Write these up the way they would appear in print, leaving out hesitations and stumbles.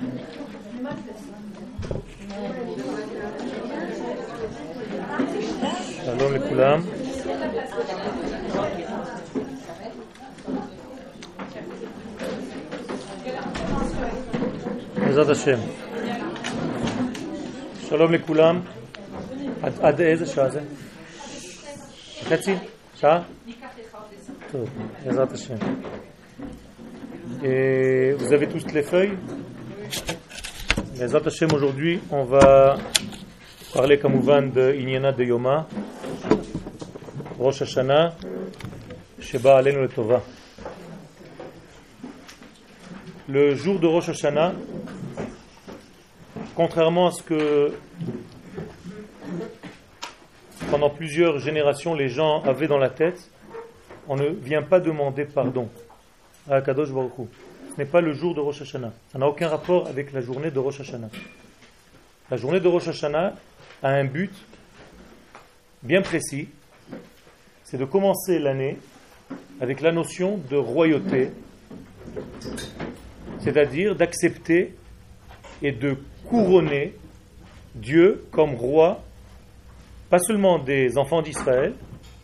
שלום לכולם. בעזרת השם. שלום לכולם. עד איזה שעה זה? חצי? שעה? טוב, בעזרת השם. Vous avez tous les feuilles? Bezat Hashem, aujourd'hui, on va parler kamouvan de Inyana de Yoma, Rosh Hashanah, Sheba Alenu Letova. Le jour de Rosh Hashanah, contrairement à ce que pendant plusieurs générations les gens avaient dans la tête, on ne vient pas demander pardon à Akadosh Baruch Hu. Ce n'est pas le jour de Rosh Hashanah. Ça n'a aucun rapport avec la journée de Rosh Hashanah. La journée de Rosh Hashanah a un but bien précis, c'est de commencer l'année avec la notion de royauté, c'est-à-dire d'accepter et de couronner Dieu comme roi, pas seulement des enfants d'Israël,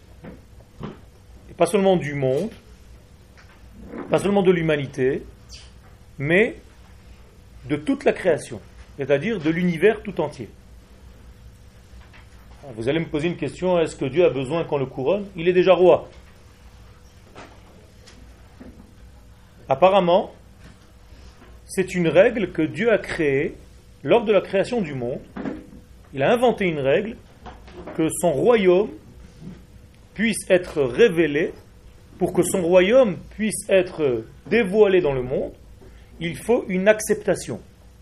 et pas seulement du monde, pas seulement de l'humanité, mais de toute la création, c'est-à-dire de l'univers tout entier. Alors vous allez me poser une question, est-ce que Dieu a besoin qu'on le couronne? Il est déjà roi. Apparemment, c'est une règle que Dieu a créée lors de la création du monde. Il a inventé une règle que son royaume puisse être révélé. Pour que son royaume puisse être dévoilé dans le monde, il faut une acceptation.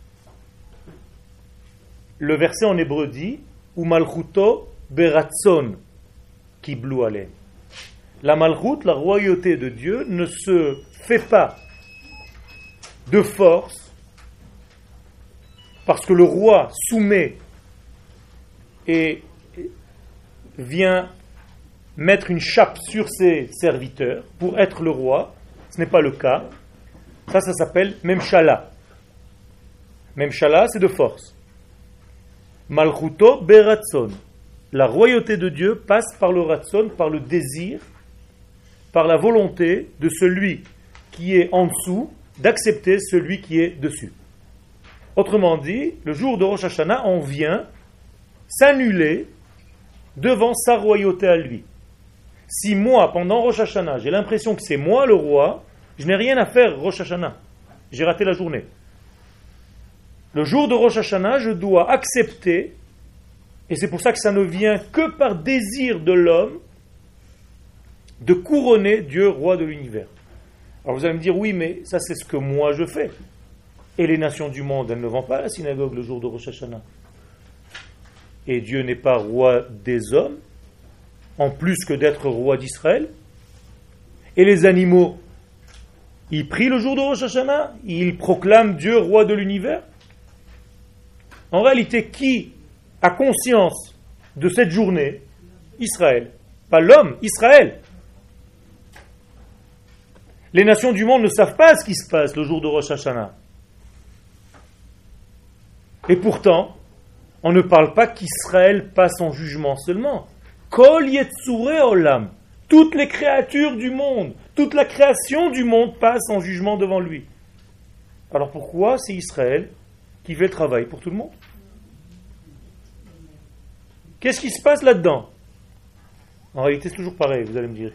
Le verset en hébreu dit Umalchuto beratzon kiblu ale. La malchut, la royauté de Dieu, ne se fait pas de force parce que le roi soumet et vient mettre une chape sur ses serviteurs pour être le roi. Ce n'est pas le cas. Ça s'appelle Memshala. Memshala, c'est de force. Malchuto beratzon. La royauté de Dieu passe par le ratzon, par le désir, par la volonté de celui qui est en dessous d'accepter celui qui est dessus. Autrement dit, le jour de Rosh Hashanah, on vient s'annuler devant sa royauté à lui. Si moi, pendant Rosh Hashanah, j'ai l'impression que c'est moi le roi, je n'ai rien à faire Rosh Hashanah. J'ai raté la journée. Le jour de Rosh Hashanah, je dois accepter, et c'est pour ça que ça ne vient que par désir de l'homme, de couronner Dieu, roi de l'univers. Alors vous allez me dire, oui, mais ça c'est ce que moi je fais. Et les nations du monde, elles ne vont pas à la synagogue le jour de Rosh Hashanah. Et Dieu n'est pas roi des hommes, en plus que d'être roi d'Israël. Et les animaux, ils prient le jour de Rosh Hashanah, ils proclament Dieu roi de l'univers. En réalité, qui a conscience de cette journée? Israël. Pas l'homme, Israël. Les nations du monde ne savent pas ce qui se passe le jour de Rosh Hashanah. Et pourtant, on ne parle pas qu'Israël passe en jugement seulement. Kol Yetzurei Olam, toutes les créatures du monde, toute la création du monde passe en jugement devant lui. Alors pourquoi c'est Israël qui fait le travail pour tout le monde? Qu'est-ce qui se passe là-dedans? En réalité, c'est toujours pareil, vous allez me dire.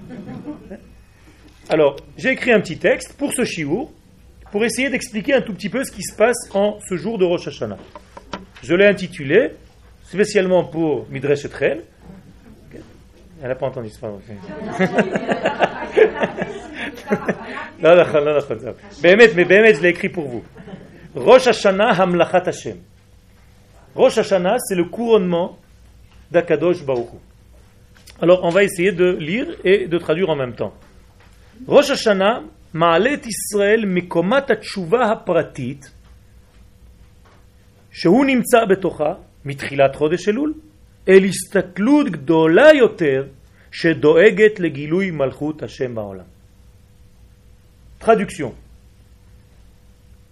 Alors, j'ai écrit un petit texte pour ce shiur, pour essayer d'expliquer un tout petit peu ce qui se passe en ce jour de Rosh Hashanah. Je l'ai intitulé, spécialement pour Midrash Etrel. Elle n'a pas entendu ça. Non. Mais je l'ai écrit pour vous. Rosh Hashanah Hamlachat Hashem. Rosh Hashanah, c'est le couronnement d'Akadosh Baruch Hu. Alors, on va essayer de lire et de traduire en même temps. Rosh Hashanah, Ma'alet Israël Mikomat HaTshuva HaPratit, שהוא נמצא בתוכה מתחילת חודש אלול אל הסתכלות גדולה יותר שדואגת לגילוי מלכות השם בעולם. Traduction.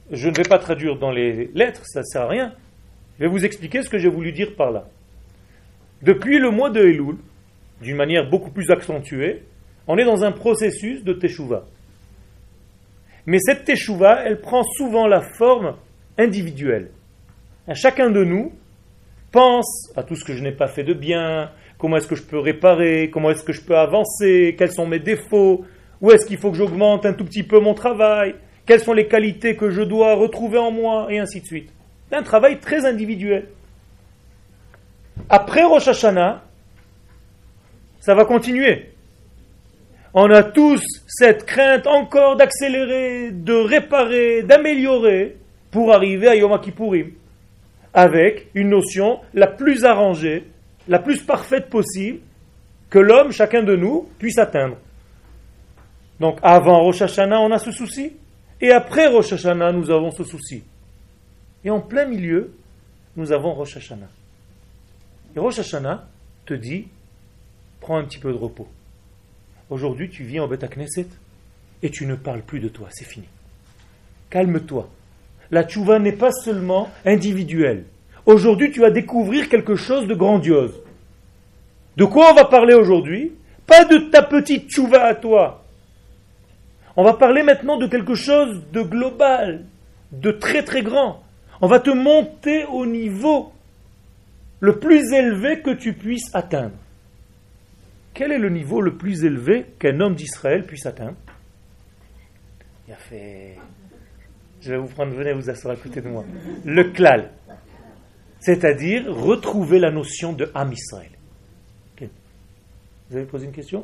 je ne vais pas traduire dans les lettres, ça ne sert à rien. Je vais vous expliquer ce que j'ai voulu dire par là. Depuis le mois de Elul, d'une manière beaucoup plus accentuée, on est dans un processus de teshuva. Mais cette teshuva, elle prend souvent la forme individuelle. Chacun de nous pense à tout ce que je n'ai pas fait de bien, comment est-ce que je peux réparer, comment est-ce que je peux avancer, quels sont mes défauts, où est-ce qu'il faut que j'augmente un tout petit peu mon travail, quelles sont les qualités que je dois retrouver en moi, et ainsi de suite. C'est un travail très individuel. Après Rosh Hashanah, ça va continuer. On a tous cette crainte encore d'accélérer, de réparer, d'améliorer pour arriver à Yom Kippourim avec une notion la plus arrangée, la plus parfaite possible que l'homme, chacun de nous, puisse atteindre. Donc avant Rosh Hashanah, on a ce souci, et après Rosh Hashanah, nous avons ce souci. Et en plein milieu, nous avons Rosh Hashanah. Et Rosh Hashanah te dit, prends un petit peu de repos. Aujourd'hui, tu viens au Beth Knesset et tu ne parles plus de toi, c'est fini. Calme-toi. La tchouva n'est pas seulement individuelle. Aujourd'hui, tu vas découvrir quelque chose de grandiose. De quoi on va parler aujourd'hui? Pas de ta petite tchouva à toi. On va parler maintenant de quelque chose de global, de très très grand. On va te monter au niveau le plus élevé que tu puisses atteindre. Quel est le niveau le plus élevé qu'un homme d'Israël puisse atteindre? Il a fait... Je vais vous prendre, venez vous asseoir à côté de moi. Le klal. C'est-à-dire retrouver la notion de Am Israël. Okay. Vous avez posé une question?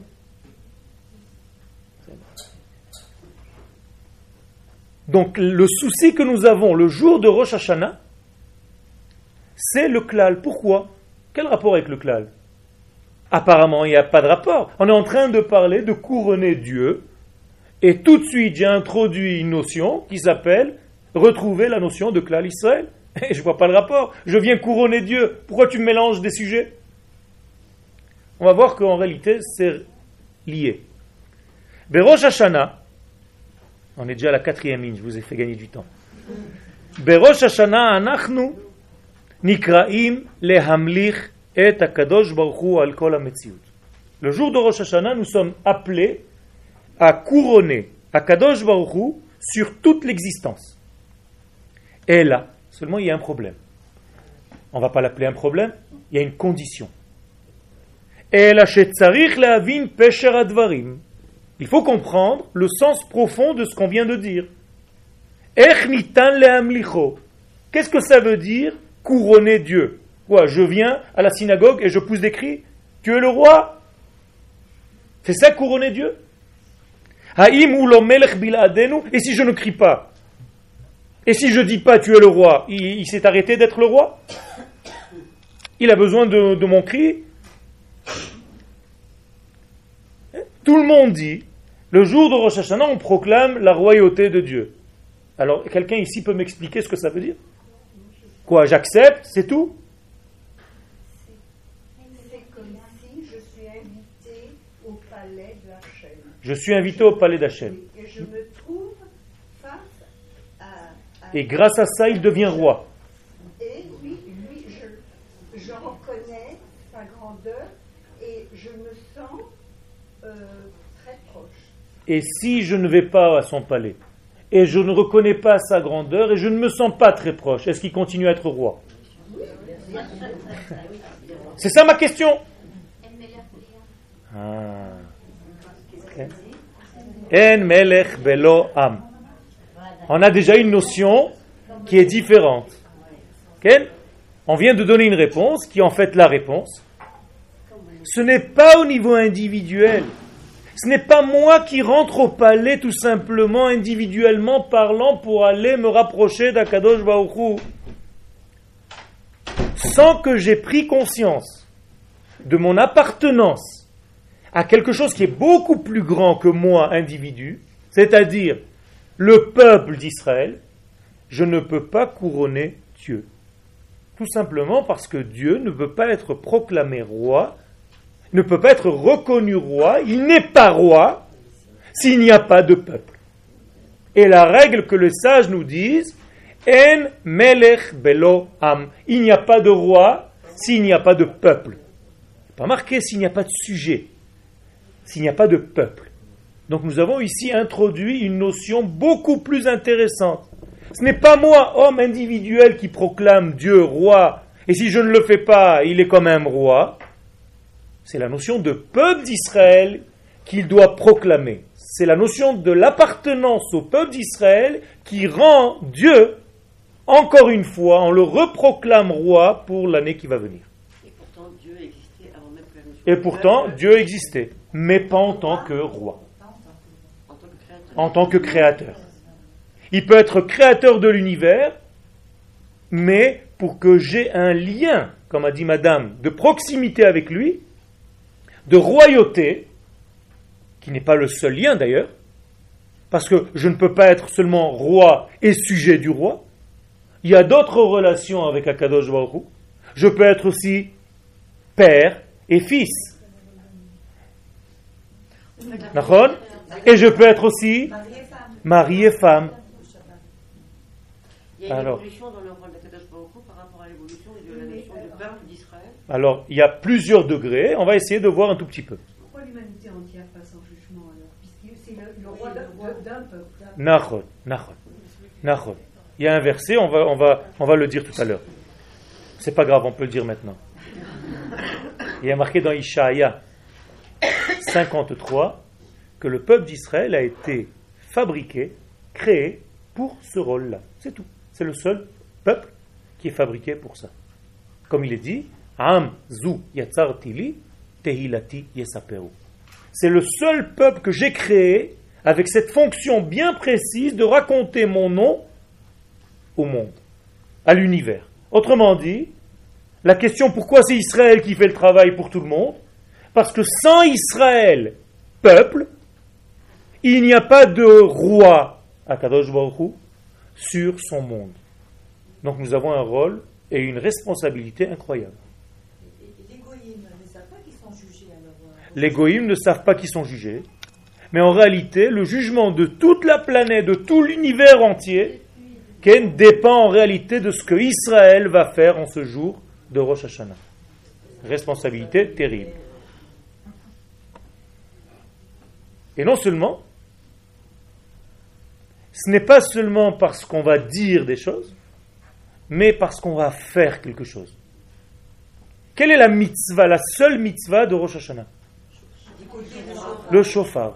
Donc le souci que nous avons le jour de Rosh Hashanah, c'est le klal. Pourquoi? Quel rapport avec le klal? Apparemment, il n'y a pas de rapport. On est en train de parler de couronner Dieu, et tout de suite, j'ai introduit une notion qui s'appelle retrouver la notion de klal Israël. Et je ne vois pas le rapport. Je viens couronner Dieu. Pourquoi tu mélanges des sujets? On va voir qu'en réalité, c'est lié. Berosh Hashanah, on est déjà à la 4e ligne, je vous ai fait gagner du temps. Berosh Hashanah, anachnu nikraim lehamlich et HaKadosh Baruch Hu al kol hametziut. Le jour de Rosh Hashanah, nous sommes appelés à couronner HaKadosh Baruch Hu sur toute l'existence. Et là, seulement il y a un problème. On ne va pas l'appeler un problème, il y a une condition. Et là, shetzarich lehavin pesher advarim. Il faut comprendre le sens profond de ce qu'on vient de dire. Ech nitan lehamlicho. Qu'est-ce que ça veut dire couronner Dieu? Quoi, je viens à la synagogue et je pousse des cris? Tu es le roi? C'est ça couronner Dieu? Haïm ou lo melech biladenu? Et si je ne crie pas? Et si je dis pas tu es le roi? Il s'est arrêté d'être le roi? Il a besoin de mon cri? Tout le monde dit, le jour de Rosh Hashanah, on proclame la royauté de Dieu. Alors, quelqu'un ici peut m'expliquer ce que ça veut dire? Quoi, j'accepte, c'est tout? Je suis invité au palais d'Hachem. Et je me trouve face à et grâce à ça, il devient roi. Et lui je reconnais sa grandeur et je me sens très proche. Et si je ne vais pas à son palais, et je ne reconnais pas sa grandeur, et je ne me sens pas très proche, est-ce qu'il continue à être roi? C'est ça ma question. En melech belo am. On a déjà une notion qui est différente. On vient de donner une réponse qui est en fait la réponse. Ce n'est pas au niveau individuel. Ce n'est pas moi qui rentre au palais tout simplement individuellement parlant pour aller me rapprocher d'Akadosh Baruch Hu. Sans que j'ai pris conscience de mon appartenance à quelque chose qui est beaucoup plus grand que moi, individu, c'est-à-dire le peuple d'Israël, je ne peux pas couronner Dieu. Tout simplement parce que Dieu ne peut pas être proclamé roi, ne peut pas être reconnu roi, il n'est pas roi s'il n'y a pas de peuple. Et la règle que les sages nous disent, En melech belo am. Il n'y a pas de roi s'il n'y a pas de peuple. Pas marqué s'il n'y a pas de sujet, s'il n'y a pas de peuple. Donc nous avons ici introduit une notion beaucoup plus intéressante. Ce n'est pas moi, homme individuel, qui proclame Dieu roi, et si je ne le fais pas, il est quand même roi. C'est la notion de peuple d'Israël qu'il doit proclamer. C'est la notion de l'appartenance au peuple d'Israël qui rend Dieu, encore une fois, on le reproclame roi pour l'année qui va venir. Et pourtant, Dieu existait avant même que la notion. Et pourtant, Dieu existait, mais pas en tant que roi, en tant que créateur. Il peut être créateur de l'univers, mais pour que j'ai un lien, comme a dit Madame, de proximité avec lui, de royauté, qui n'est pas le seul lien d'ailleurs, parce que je ne peux pas être seulement roi et sujet du roi. Il y a d'autres relations avec Akadosh Baruch Hu. Je peux être aussi père et fils. D'accord ? Et je peux être aussi mari et femme. Il y a une Alors, évolution dans le rôle d'Akadosh Baruch Hu par rapport à l'évolution de la nation du peuple d'Israël. Alors, il y a plusieurs degrés. On va essayer de voir un tout petit peu. Pourquoi l'humanité entière passe en jugement alors? Puisque c'est le roi d'un peuple. Nachon, nachon, nachon. Il y a un verset, on va le dire tout à l'heure. C'est pas grave, on peut le dire maintenant. Il y a marqué dans Ishaïa 53 que le peuple d'Israël a été fabriqué, créé pour ce rôle-là. C'est tout. C'est le seul peuple qui est fabriqué pour ça. Comme il est dit, Am zu yatzartili tehilati yesaperu. C'est le seul peuple que j'ai créé avec cette fonction bien précise de raconter mon nom au monde, à l'univers. Autrement dit, la question pourquoi c'est Israël qui fait le travail pour tout le monde? Parce que sans Israël, peuple, il n'y a pas de roi Akadosh Baruch Hu sur son monde. Donc nous avons un rôle et une responsabilité incroyable. Les goïms ne savent pas qu'ils sont jugés alors. Les goïms ne savent pas qu'ils sont jugés, mais en réalité, le jugement de toute la planète, de tout l'univers entier, dépend en réalité de ce que Israël va faire en ce jour de Rosh Hashanah. Responsabilité terrible. Et non seulement, ce n'est pas seulement parce qu'on va dire des choses, mais parce qu'on va faire quelque chose. Quelle est la mitzvah, la seule mitzvah de Rosh Hashanah? Le shofar.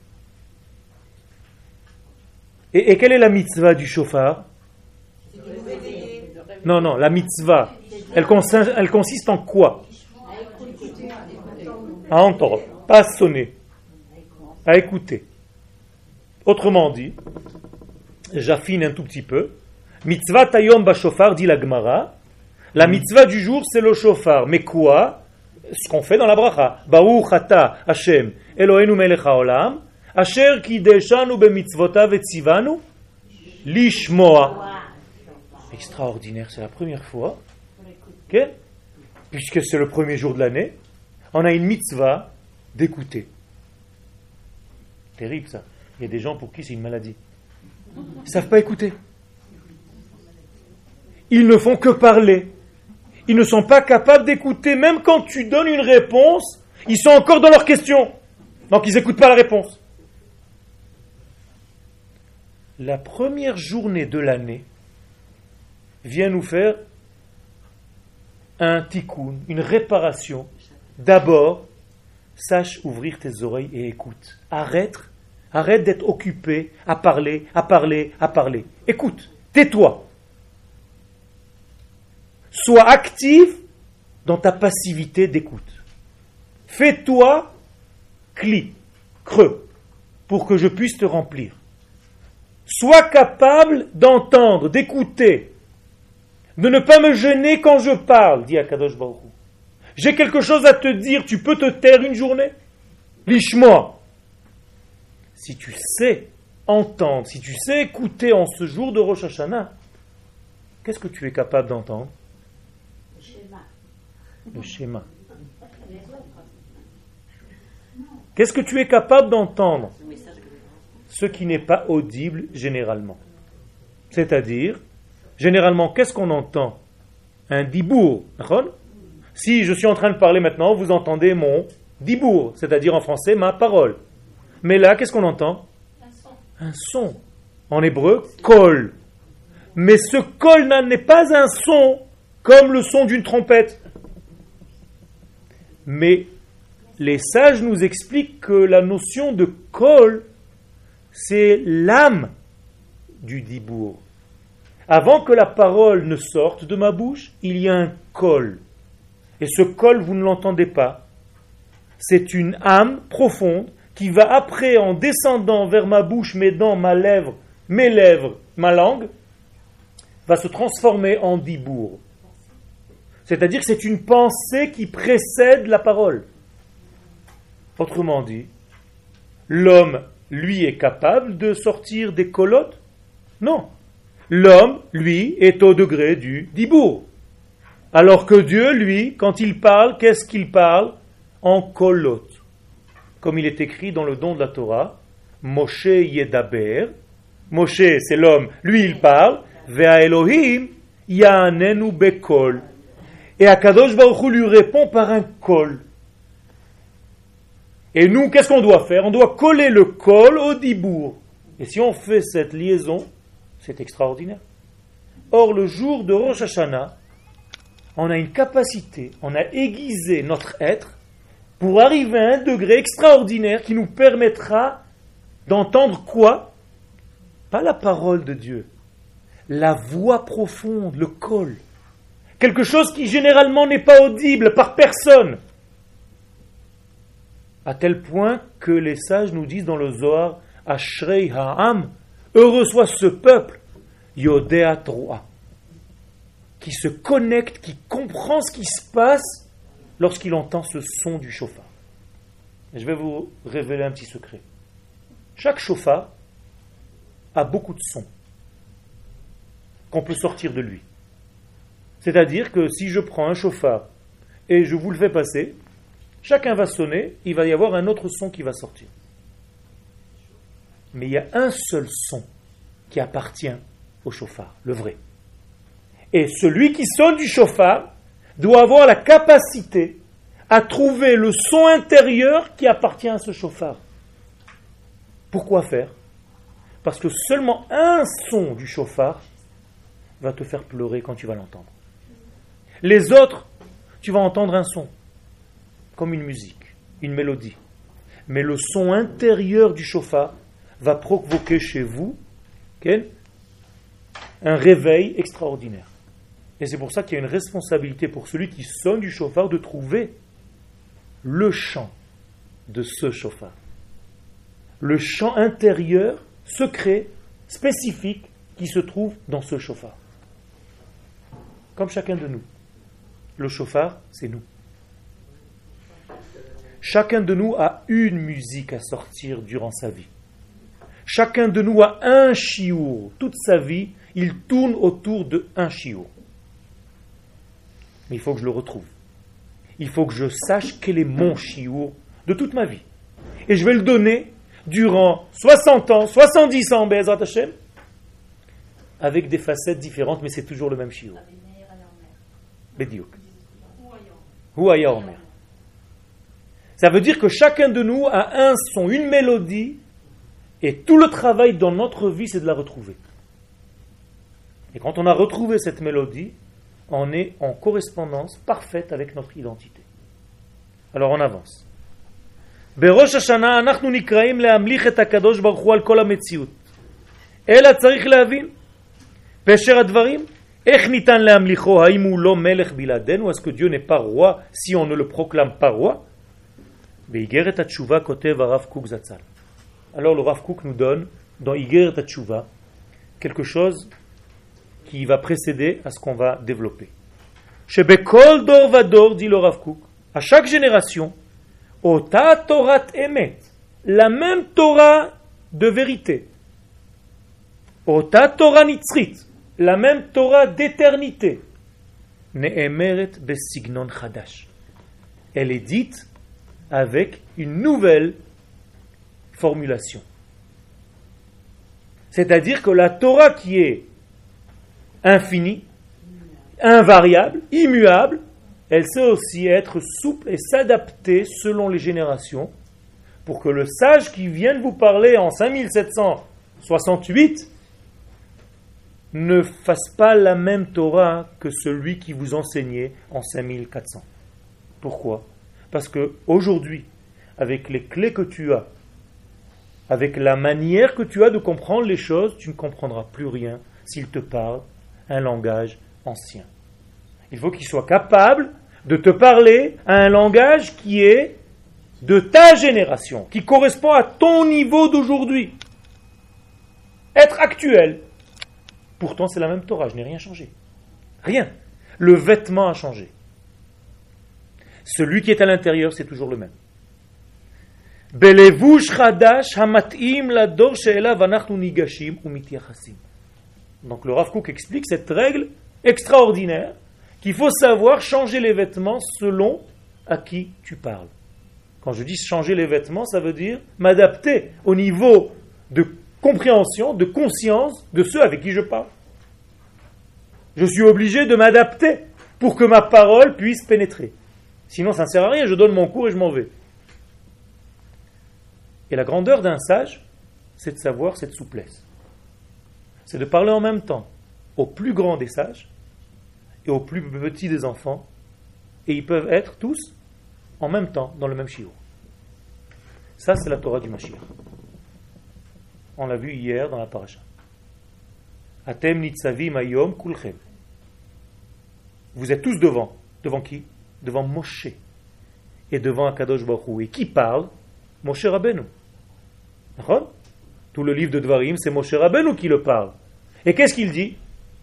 Et quelle est la mitzvah du shofar? Non, la mitzvah, elle consiste en quoi? À entendre, pas à sonner, à écouter. Autrement dit, j'affine un tout petit peu, mitzvah tayom ba-shofar, dit la Gemara, la mitzvah du jour c'est le shofar, mais quoi? Ce qu'on fait dans la bracha, Baruch ata Hashem Eloheinu melech haolam, Asher kideshanu bemitzvotav etzivanu lishmoa. Extraordinaire, c'est la première fois, okay? Puisque c'est le premier jour de l'année, on a une mitzvah d'écouter. Terrible ça. Il y a des gens pour qui c'est une maladie. Ils ne savent pas écouter. Ils ne font que parler. Ils ne sont pas capables d'écouter. Même quand tu donnes une réponse, ils sont encore dans leur question. Donc ils n'écoutent pas la réponse. La première journée de l'année vient nous faire un tikkun, une réparation. D'abord, sache ouvrir tes oreilles et écoute. Arrête d'être occupé à parler. Écoute, tais-toi. Sois actif dans ta passivité d'écoute. Fais-toi creux, pour que je puisse te remplir. Sois capable d'entendre, d'écouter, de ne pas me gêner quand je parle, dit Akadosh Baruch Hu. J'ai quelque chose à te dire, tu peux te taire une journée? Lishmoa. Si tu sais entendre, si tu sais écouter en ce jour de Rosh Hashanah, qu'est-ce que tu es capable d'entendre? Le schéma. Qu'est-ce que tu es capable d'entendre? ce qui n'est pas audible généralement. C'est-à-dire, généralement, qu'est-ce qu'on entend? Un dibour. Si je suis en train de parler maintenant, vous entendez mon dibour, c'est-à-dire en français ma parole. Mais là, qu'est-ce qu'on entend? Un son. En hébreu, kol. Mais ce kol n'est pas un son comme le son d'une trompette. Mais les sages nous expliquent que la notion de kol, c'est l'âme du dibour. Avant que la parole ne sorte de ma bouche, il y a un kol. Et ce kol, vous ne l'entendez pas. C'est une âme profonde qui va après, en descendant vers ma bouche, mes dents, ma lèvre, mes lèvres, ma langue, va se transformer en dibour. C'est-à-dire que c'est une pensée qui précède la parole. Autrement dit, l'homme, lui, est capable de sortir des colottes? Non. L'homme, lui, est au degré du dibour. Alors que Dieu, lui, quand il parle, qu'est-ce qu'il parle? En colotte. Comme il est écrit dans le don de la Torah, Moshe yedaber. Moshe, c'est l'homme, lui, il parle. Ve'a Elohim ya'anenu bekol. Et Akadosh Baruch Hu lui répond par un kol. Et nous, qu'est-ce qu'on doit faire? On doit coller le kol au dibour. Et si on fait cette liaison, c'est extraordinaire. Or, le jour de Rosh Hashanah, on a une capacité, on a aiguisé notre être pour arriver à un degré extraordinaire qui nous permettra d'entendre quoi? Pas la parole de Dieu, la voix profonde, le kol. Quelque chose qui généralement n'est pas audible par personne. À tel point que les sages nous disent dans le Zohar, Ashrei ha'am, heureux soit ce peuple, Yodea Troa, qui se connecte, qui comprend ce qui se passe lorsqu'il entend ce son du chauffard. Et je vais vous révéler un petit secret. Chaque chauffard a beaucoup de sons qu'on peut sortir de lui. C'est-à-dire que si je prends un chauffard et je vous le fais passer, chacun va sonner, il va y avoir un autre son qui va sortir. Mais il y a un seul son qui appartient au chauffard, le vrai. Et celui qui sonne du chauffard doit avoir la capacité à trouver le son intérieur qui appartient à ce chauffard. Pourquoi faire? Parce que seulement un son du chauffard va te faire pleurer quand tu vas l'entendre. Les autres, tu vas entendre un son, comme une musique, une mélodie. Mais le son intérieur du chauffard va provoquer chez vous un réveil extraordinaire. Et c'est pour ça qu'il y a une responsabilité pour celui qui sonne du chauffard de trouver le chant de ce chauffard. Le chant intérieur, secret, spécifique, qui se trouve dans ce chauffard. Comme chacun de nous. Le chauffard, c'est nous. Chacun de nous a une musique à sortir durant sa vie. Chacun de nous a un chiour. Toute sa vie, il tourne autour de un chiour. Mais il faut que je le retrouve. Il faut que je sache quel est mon chiour de toute ma vie. Et je vais le donner durant 60 ans, 70 ans, Be'ezrat Hashem, avec des facettes différentes, mais c'est toujours le même chiour. Bediouk. Huaya Omer. Ça veut dire que chacun de nous a un son, une mélodie, et tout le travail dans notre vie, c'est de la retrouver. Et quand on a retrouvé cette mélodie, on est en correspondance parfaite avec notre identité. Alors on avance. בראש השנה אנחנו נקראים להמליך את הקדוש ברוך הוא על כל המציאות. אלא צריך להבין פשר הדברים, איך ניתן להמליכו, האם הוא לא מלך בלעדינו, est-ce que Dieu n'est pas roi si on ne le proclame pas roi? באיגרת התשובה כותב הרב קוק זצ"ל. Alors le Rav Kook nous donne dans Igeret HaTshuva quelque chose qui va précéder à ce qu'on va développer. Shebekol dor vador, dit le Rav Kook, à chaque génération, Ota Torat Emet, la même Torah de vérité. Ota Torah Nitzrit, la même Torah d'éternité. Ne'emeret besignon chadash. Elle est dite avec une nouvelle formulation. C'est-à-dire que la Torah qui est infinie, invariable, immuable, elle sait aussi être souple et s'adapter selon les générations pour que le sage qui vient de vous parler en 5768 ne fasse pas la même Torah que celui qui vous enseignait en 5400. Pourquoi ? Parce que aujourd'hui, avec les clés que tu as, avec la manière que tu as de comprendre les choses, tu ne comprendras plus rien s'il te parle un langage ancien. Il faut qu'il soit capable de te parler à un langage qui est de ta génération, qui correspond à ton niveau d'aujourd'hui. Être actuel. Pourtant, c'est la même Torah, je n'ai rien changé. Rien. Le vêtement a changé. Celui qui est à l'intérieur, c'est toujours le même. Belevush chadash hamatim lador she'elav anachnu nigashim umityachasim. Donc le Rav Kook explique cette règle extraordinaire qu'il faut savoir changer les vêtements selon à qui tu parles. Quand je dis changer les vêtements, ça veut dire m'adapter au niveau de compréhension, de conscience de ceux avec qui je parle. Je suis obligé de m'adapter pour que ma parole puisse pénétrer. Sinon, ça ne sert à rien, je donne mon cours et je m'en vais. Et la grandeur d'un sage, c'est de savoir cette souplesse. C'est de parler en même temps aux plus grands des sages et aux plus petits des enfants, et ils peuvent être tous en même temps dans le même shiur. Ça, c'est la Torah du Mashiach. On l'a vu hier dans la paracha. Atem nitzavim hayom kulchem. Vous êtes tous devant. Devant qui ? Devant Moshe et devant Akadosh Baruch Hu. Et qui parle ? Moshe Rabbeinu. D'accord ? Tout le livre de Dvarim, c'est Moshe Rabbeinu qui le parle. Et qu'est-ce qu'il dit ?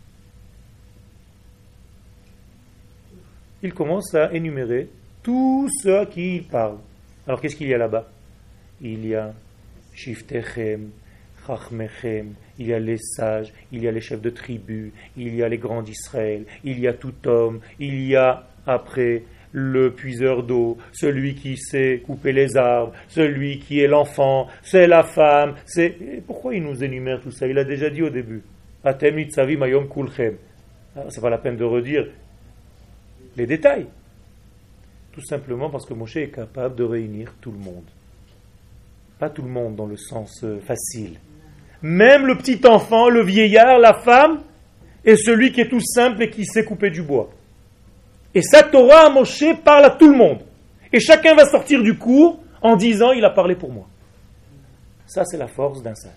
Il commence à énumérer tous ceux à qui il parle. Alors qu'est-ce qu'il y a là-bas ? Il y a Shiftechem, Chachmechem, il y a les sages, il y a les chefs de tribu, il y a les grands d'Israël, il y a tout homme, il y a après le puiseur d'eau, celui qui sait couper les arbres, celui qui est l'enfant, c'est la femme, c'est... Et pourquoi il nous énumère tout ça ? Il a déjà dit au début. Atem nitzavim hayom kulchem. C'est pas la peine de redire les détails. Tout simplement parce que Moshe est capable de réunir tout le monde. Pas tout le monde dans le sens facile. Même le petit enfant, le vieillard, la femme, et celui qui est tout simple et qui sait couper du bois. Et sa Torah, Moshe parle à tout le monde. Et chacun va sortir du cours en disant « il a parlé pour moi ». Ça, c'est la force d'un sage.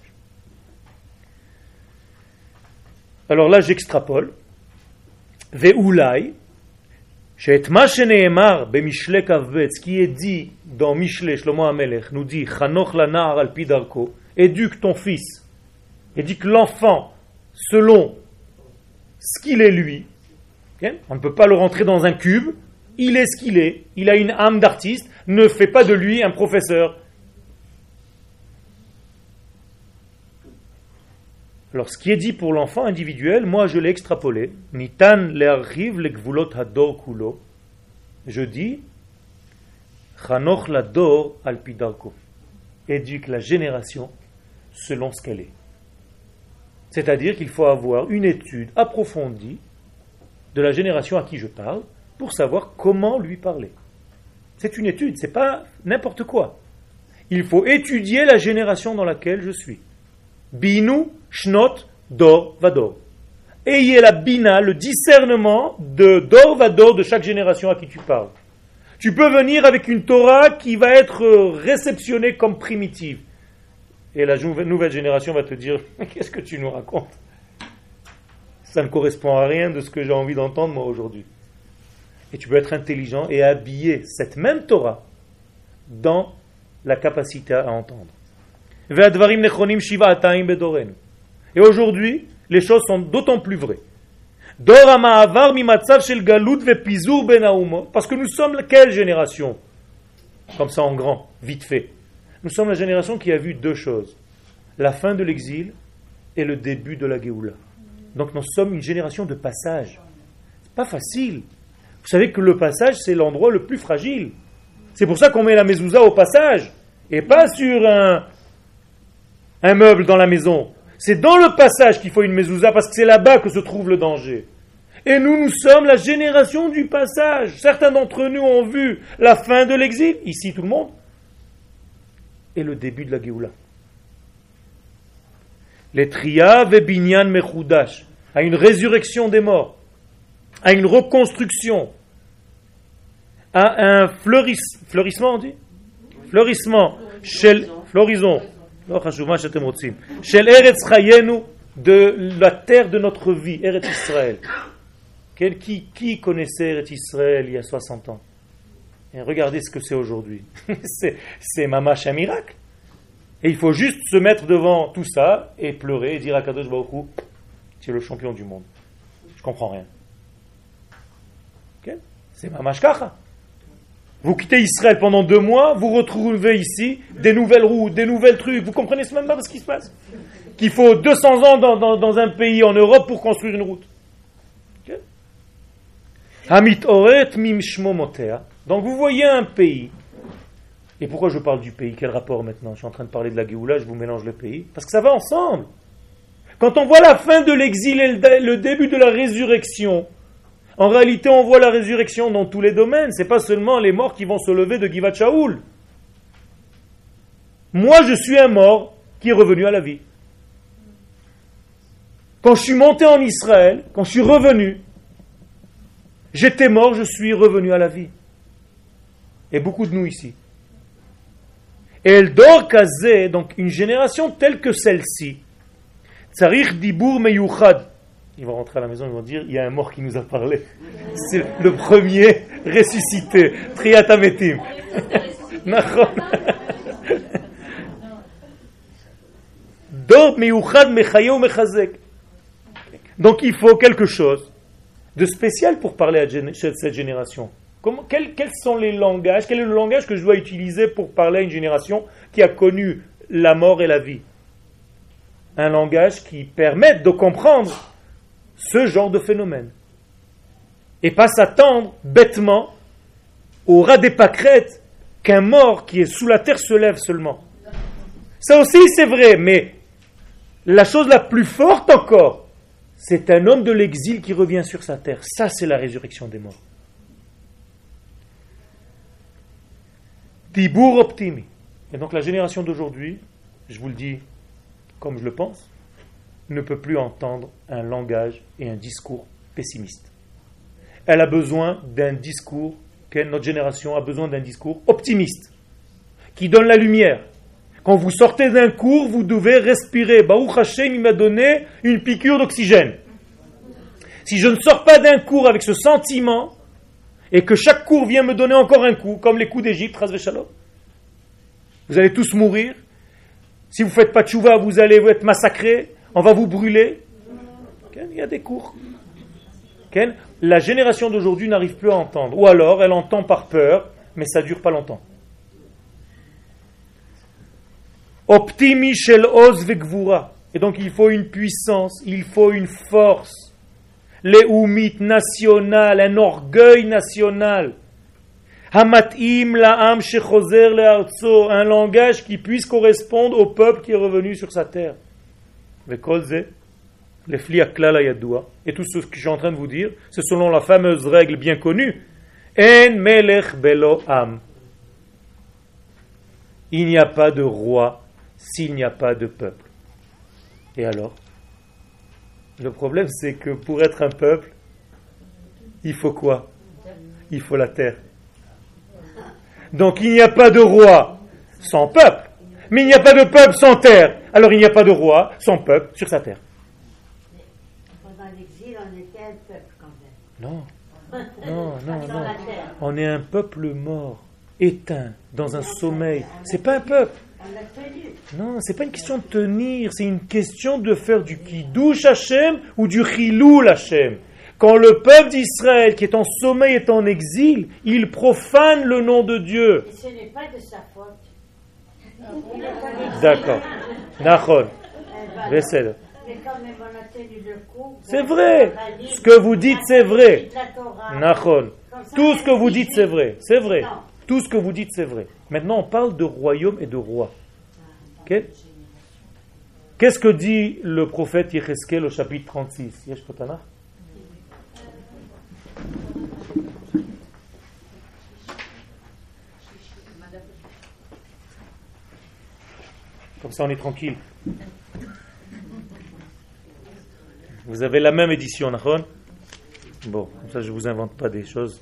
Alors là, j'extrapole. Ve'ulai, she'et ma shene'emar bemishle kavbet, ce qui est dit dans Mishle, Shlomo HaMelech, nous dit « Chanoch lanar al pi darko » éduque ton fils, éduque l'enfant selon ce qu'il est lui. On ne peut pas le rentrer dans un cube, il est ce qu'il est, il a une âme d'artiste, ne fais pas de lui un professeur. Alors ce qui est dit pour l'enfant individuel, moi je l'ai extrapolé. Nitan le'archiv le'gvulot hador kulo. Je dis, chanoch lador al pi darko. Éduque la génération selon ce qu'elle est. C'est-à-dire qu'il faut avoir une étude approfondie de la génération à qui je parle pour savoir comment lui parler. C'est une étude, c'est pas n'importe quoi. Il faut étudier la génération dans laquelle je suis. Binu, Shnot, Dor, Vador. Ayez la bina, le discernement de Dor, Vador de chaque génération à qui tu parles. Tu peux venir avec une Torah qui va être réceptionnée comme primitive. Et la nouvelle génération va te dire « Mais qu'est-ce que tu nous racontes ? Ça ne correspond à rien de ce que j'ai envie d'entendre moi aujourd'hui. » Et tu peux être intelligent et habiller cette même Torah dans la capacité à entendre. Et aujourd'hui, les choses sont d'autant plus vraies. Parce que nous sommes quelle génération ? Comme ça en grand, vite fait. Nous sommes la génération qui a vu deux choses. La fin de l'exil et le début de la Géoula. Donc nous sommes une génération de passage. C'est pas facile. Vous savez que le passage, c'est l'endroit le plus fragile. C'est pour ça qu'on met la mezouza au passage et pas sur un meuble dans la maison. C'est dans le passage qu'il faut une mezouza parce que c'est là-bas que se trouve le danger. Et nous sommes la génération du passage. Certains d'entre nous ont vu la fin de l'exil, ici tout le monde, et le début de la Géoula. Les Triya Vebinyan Mechoudash, à une résurrection des morts, à une reconstruction, à un fleurissement, on dit fleurissement, floraison, Shel Eretz Chayenu, de la terre de notre vie, Eretz Israël. Qui connaissait Eretz Israël il y a 60 ans? Et regardez ce que c'est aujourd'hui. c'est mamash un miracle. Et il faut juste se mettre devant tout ça et pleurer et dire à Kadosh Baruch Hu, tu es le champion du monde. Je comprends rien. Okay? C'est mamash kacha. Vous quittez Israël pendant 2 mois, vous retrouvez ici des nouvelles routes, des nouvelles trucs. Vous comprenez même pas ce qui se passe? Qu'il faut 200 ans dans un pays en Europe pour construire une route. Okay? Hamit oret mim shmomotea. Donc vous voyez un pays. Et pourquoi je parle du pays? Quel rapport maintenant? Je suis en train de parler de la Géoula, je vous mélange le pays. Parce que ça va ensemble. Quand on voit la fin de l'exil et le début de la résurrection, en réalité on voit la résurrection dans tous les domaines. C'est pas seulement les morts qui vont se lever de Givat Shaoul. Moi je suis un mort qui est revenu à la vie. Quand je suis monté en Israël, quand je suis revenu, j'étais mort, je suis revenu à la vie. Et beaucoup de nous ici. Et Eldor Kazé, donc une génération telle que celle-ci, Tsarich Dibour Meyouchad. Ils vont rentrer à la maison, ils vont dire, il y a un mort qui nous a parlé. C'est le premier ressuscité. Triatametim. Dor Meyouchad Mechayou Mechazek. Donc il faut quelque chose de spécial pour parler à cette génération. Quels sont les langages? Quel est le langage que je dois utiliser pour parler à une génération qui a connu la mort et la vie? Un langage qui permette de comprendre ce genre de phénomène. Et pas s'attendre bêtement au ras des pâquerettes qu'un mort qui est sous la terre se lève seulement. Ça aussi c'est vrai, mais la chose la plus forte encore, c'est un homme de l'exil qui revient sur sa terre. Ça c'est la résurrection des morts. Tibour optimi. Et donc la génération d'aujourd'hui, je vous le dis comme je le pense, ne peut plus entendre un langage et un discours pessimiste. Elle a besoin d'un discours, notre génération a besoin d'un discours optimiste, qui donne la lumière. Quand vous sortez d'un cours, vous devez respirer. Baruch Hashem, il m'a donné une piqûre d'oxygène. Si je ne sors pas d'un cours avec ce sentiment, et que chaque cours vient me donner encore un coup, comme les coups d'Égypte, Chas v'Shalom, vous allez tous mourir. Si vous ne faites pas tchouva, vous allez être massacrés, on va vous brûler. Il y a des cours. La génération d'aujourd'hui n'arrive plus à entendre. Ou alors, elle entend par peur, mais ça ne dure pas longtemps. Optimi shel oz vegvura. Et donc, il faut une puissance, il faut une force. Leumit national, un orgueil national. Hamatim la'am shechozer le'artso, un langage qui puisse correspondre au peuple qui est revenu sur sa terre. Vekolze, les fli aklal ayadoua. Et tout ce que je suis en train de vous dire, c'est selon la fameuse règle bien connue. En melech belo am. Il n'y a pas de roi s'il n'y a pas de peuple. Et alors? Le problème, c'est que pour être un peuple, il faut quoi? Il faut la terre. Donc il n'y a pas de roi sans peuple, mais il n'y a pas de peuple sans terre. Alors il n'y a pas de roi sans peuple sur sa terre. Pendant l'exil, on était un peuple quand même. Non. On est un peuple mort, éteint, dans un sommeil. C'est pas un peuple. Non, c'est pas une question de tenir, c'est une question de faire du Kiddush Hashem ou du Chilul Hashem. Quand le peuple d'Israël qui est en sommeil est en exil, il profane le nom de Dieu. Et ce n'est pas de sa faute. D'accord. Nachon. Mais quand même, on a tenu le coup. C'est vrai. Ce que vous dites, c'est vrai. Nachon. Tout ce que vous dites, c'est vrai. C'est vrai. Tout ce que vous dites, c'est vrai. Maintenant, on parle de royaume et de roi. Okay? Qu'est-ce que dit le prophète Yecheskel au chapitre 36? Yesh Kotana? Comme ça on est tranquille. Vous avez la même édition, Nachon? Bon, comme ça je ne vous invente pas des choses.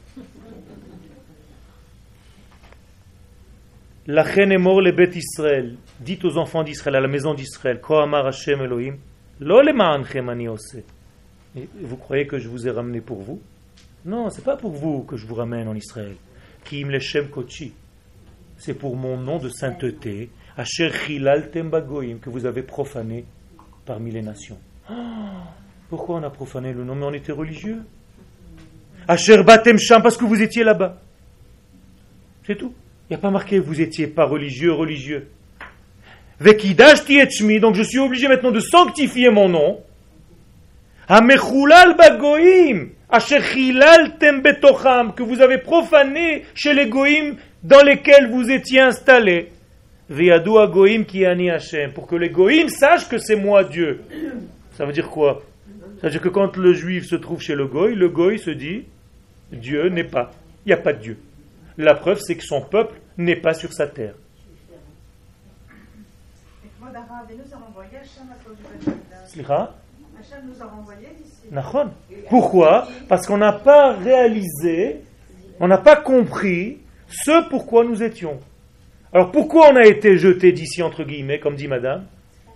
Lachen emor le bet Israël. Dites aux enfants d'Israël, à la maison d'Israël, Ko amar Hashem Elohim, lo lema'anchem ani oseh. Vous croyez que je vous ai ramené pour vous? Non, c'est pas pour vous que je vous ramène en Israël. Ki im leshem kochi. C'est pour mon nom de sainteté, Asher chilaltem bagoyim, que vous avez profané parmi les nations. Pourquoi on a profané le nom? Mais on était religieux. Asher batem sham, parce que vous étiez là-bas. C'est tout. Il n'y a pas marqué vous étiez pas religieux. Vekidashti et shmi, donc je suis obligé maintenant de sanctifier mon nom. Hamechulal bagoyim, asher chilaltem betocham, que vous avez profané chez les goïms dans lesquels vous étiez installés. Veyadu agoyim ki ani Hashem, pour que les goïms sachent que c'est moi Dieu. Ça veut dire quoi? Ça veut dire que quand le juif se trouve chez le goï se dit Dieu n'est pas, il n'y a pas de Dieu. La preuve, c'est que son peuple n'est pas sur sa terre. Pourquoi? Parce qu'on n'a pas réalisé, on n'a pas compris ce pourquoi nous étions. Alors pourquoi on a été jeté d'ici, entre guillemets, comme dit madame?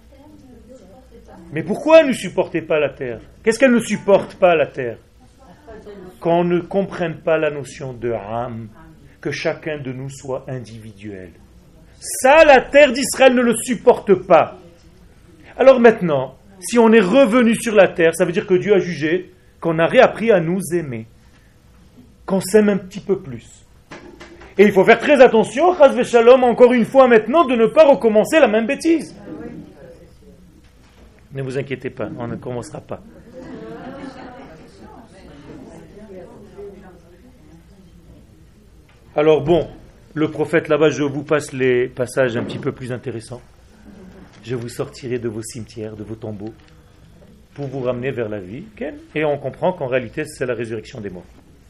Mais pourquoi elle ne supportait pas la terre? Qu'est-ce qu'elle ne supporte pas la terre? Quand on ne comprenne pas la notion de âme, que chacun de nous soit individuel. Ça, la terre d'Israël ne le supporte pas. Alors maintenant, si on est revenu sur la terre, ça veut dire que Dieu a jugé qu'on a réappris à nous aimer, qu'on s'aime un petit peu plus. Et il faut faire très attention, chas v'shalom, encore une fois maintenant, de ne pas recommencer la même bêtise. Ne vous inquiétez pas, on ne commencera pas. Alors bon, le prophète là-bas, je vous passe les passages un petit peu plus intéressants. Je vous sortirai de vos cimetières, de vos tombeaux, pour vous ramener vers la vie. Et on comprend qu'en réalité, c'est la résurrection des morts.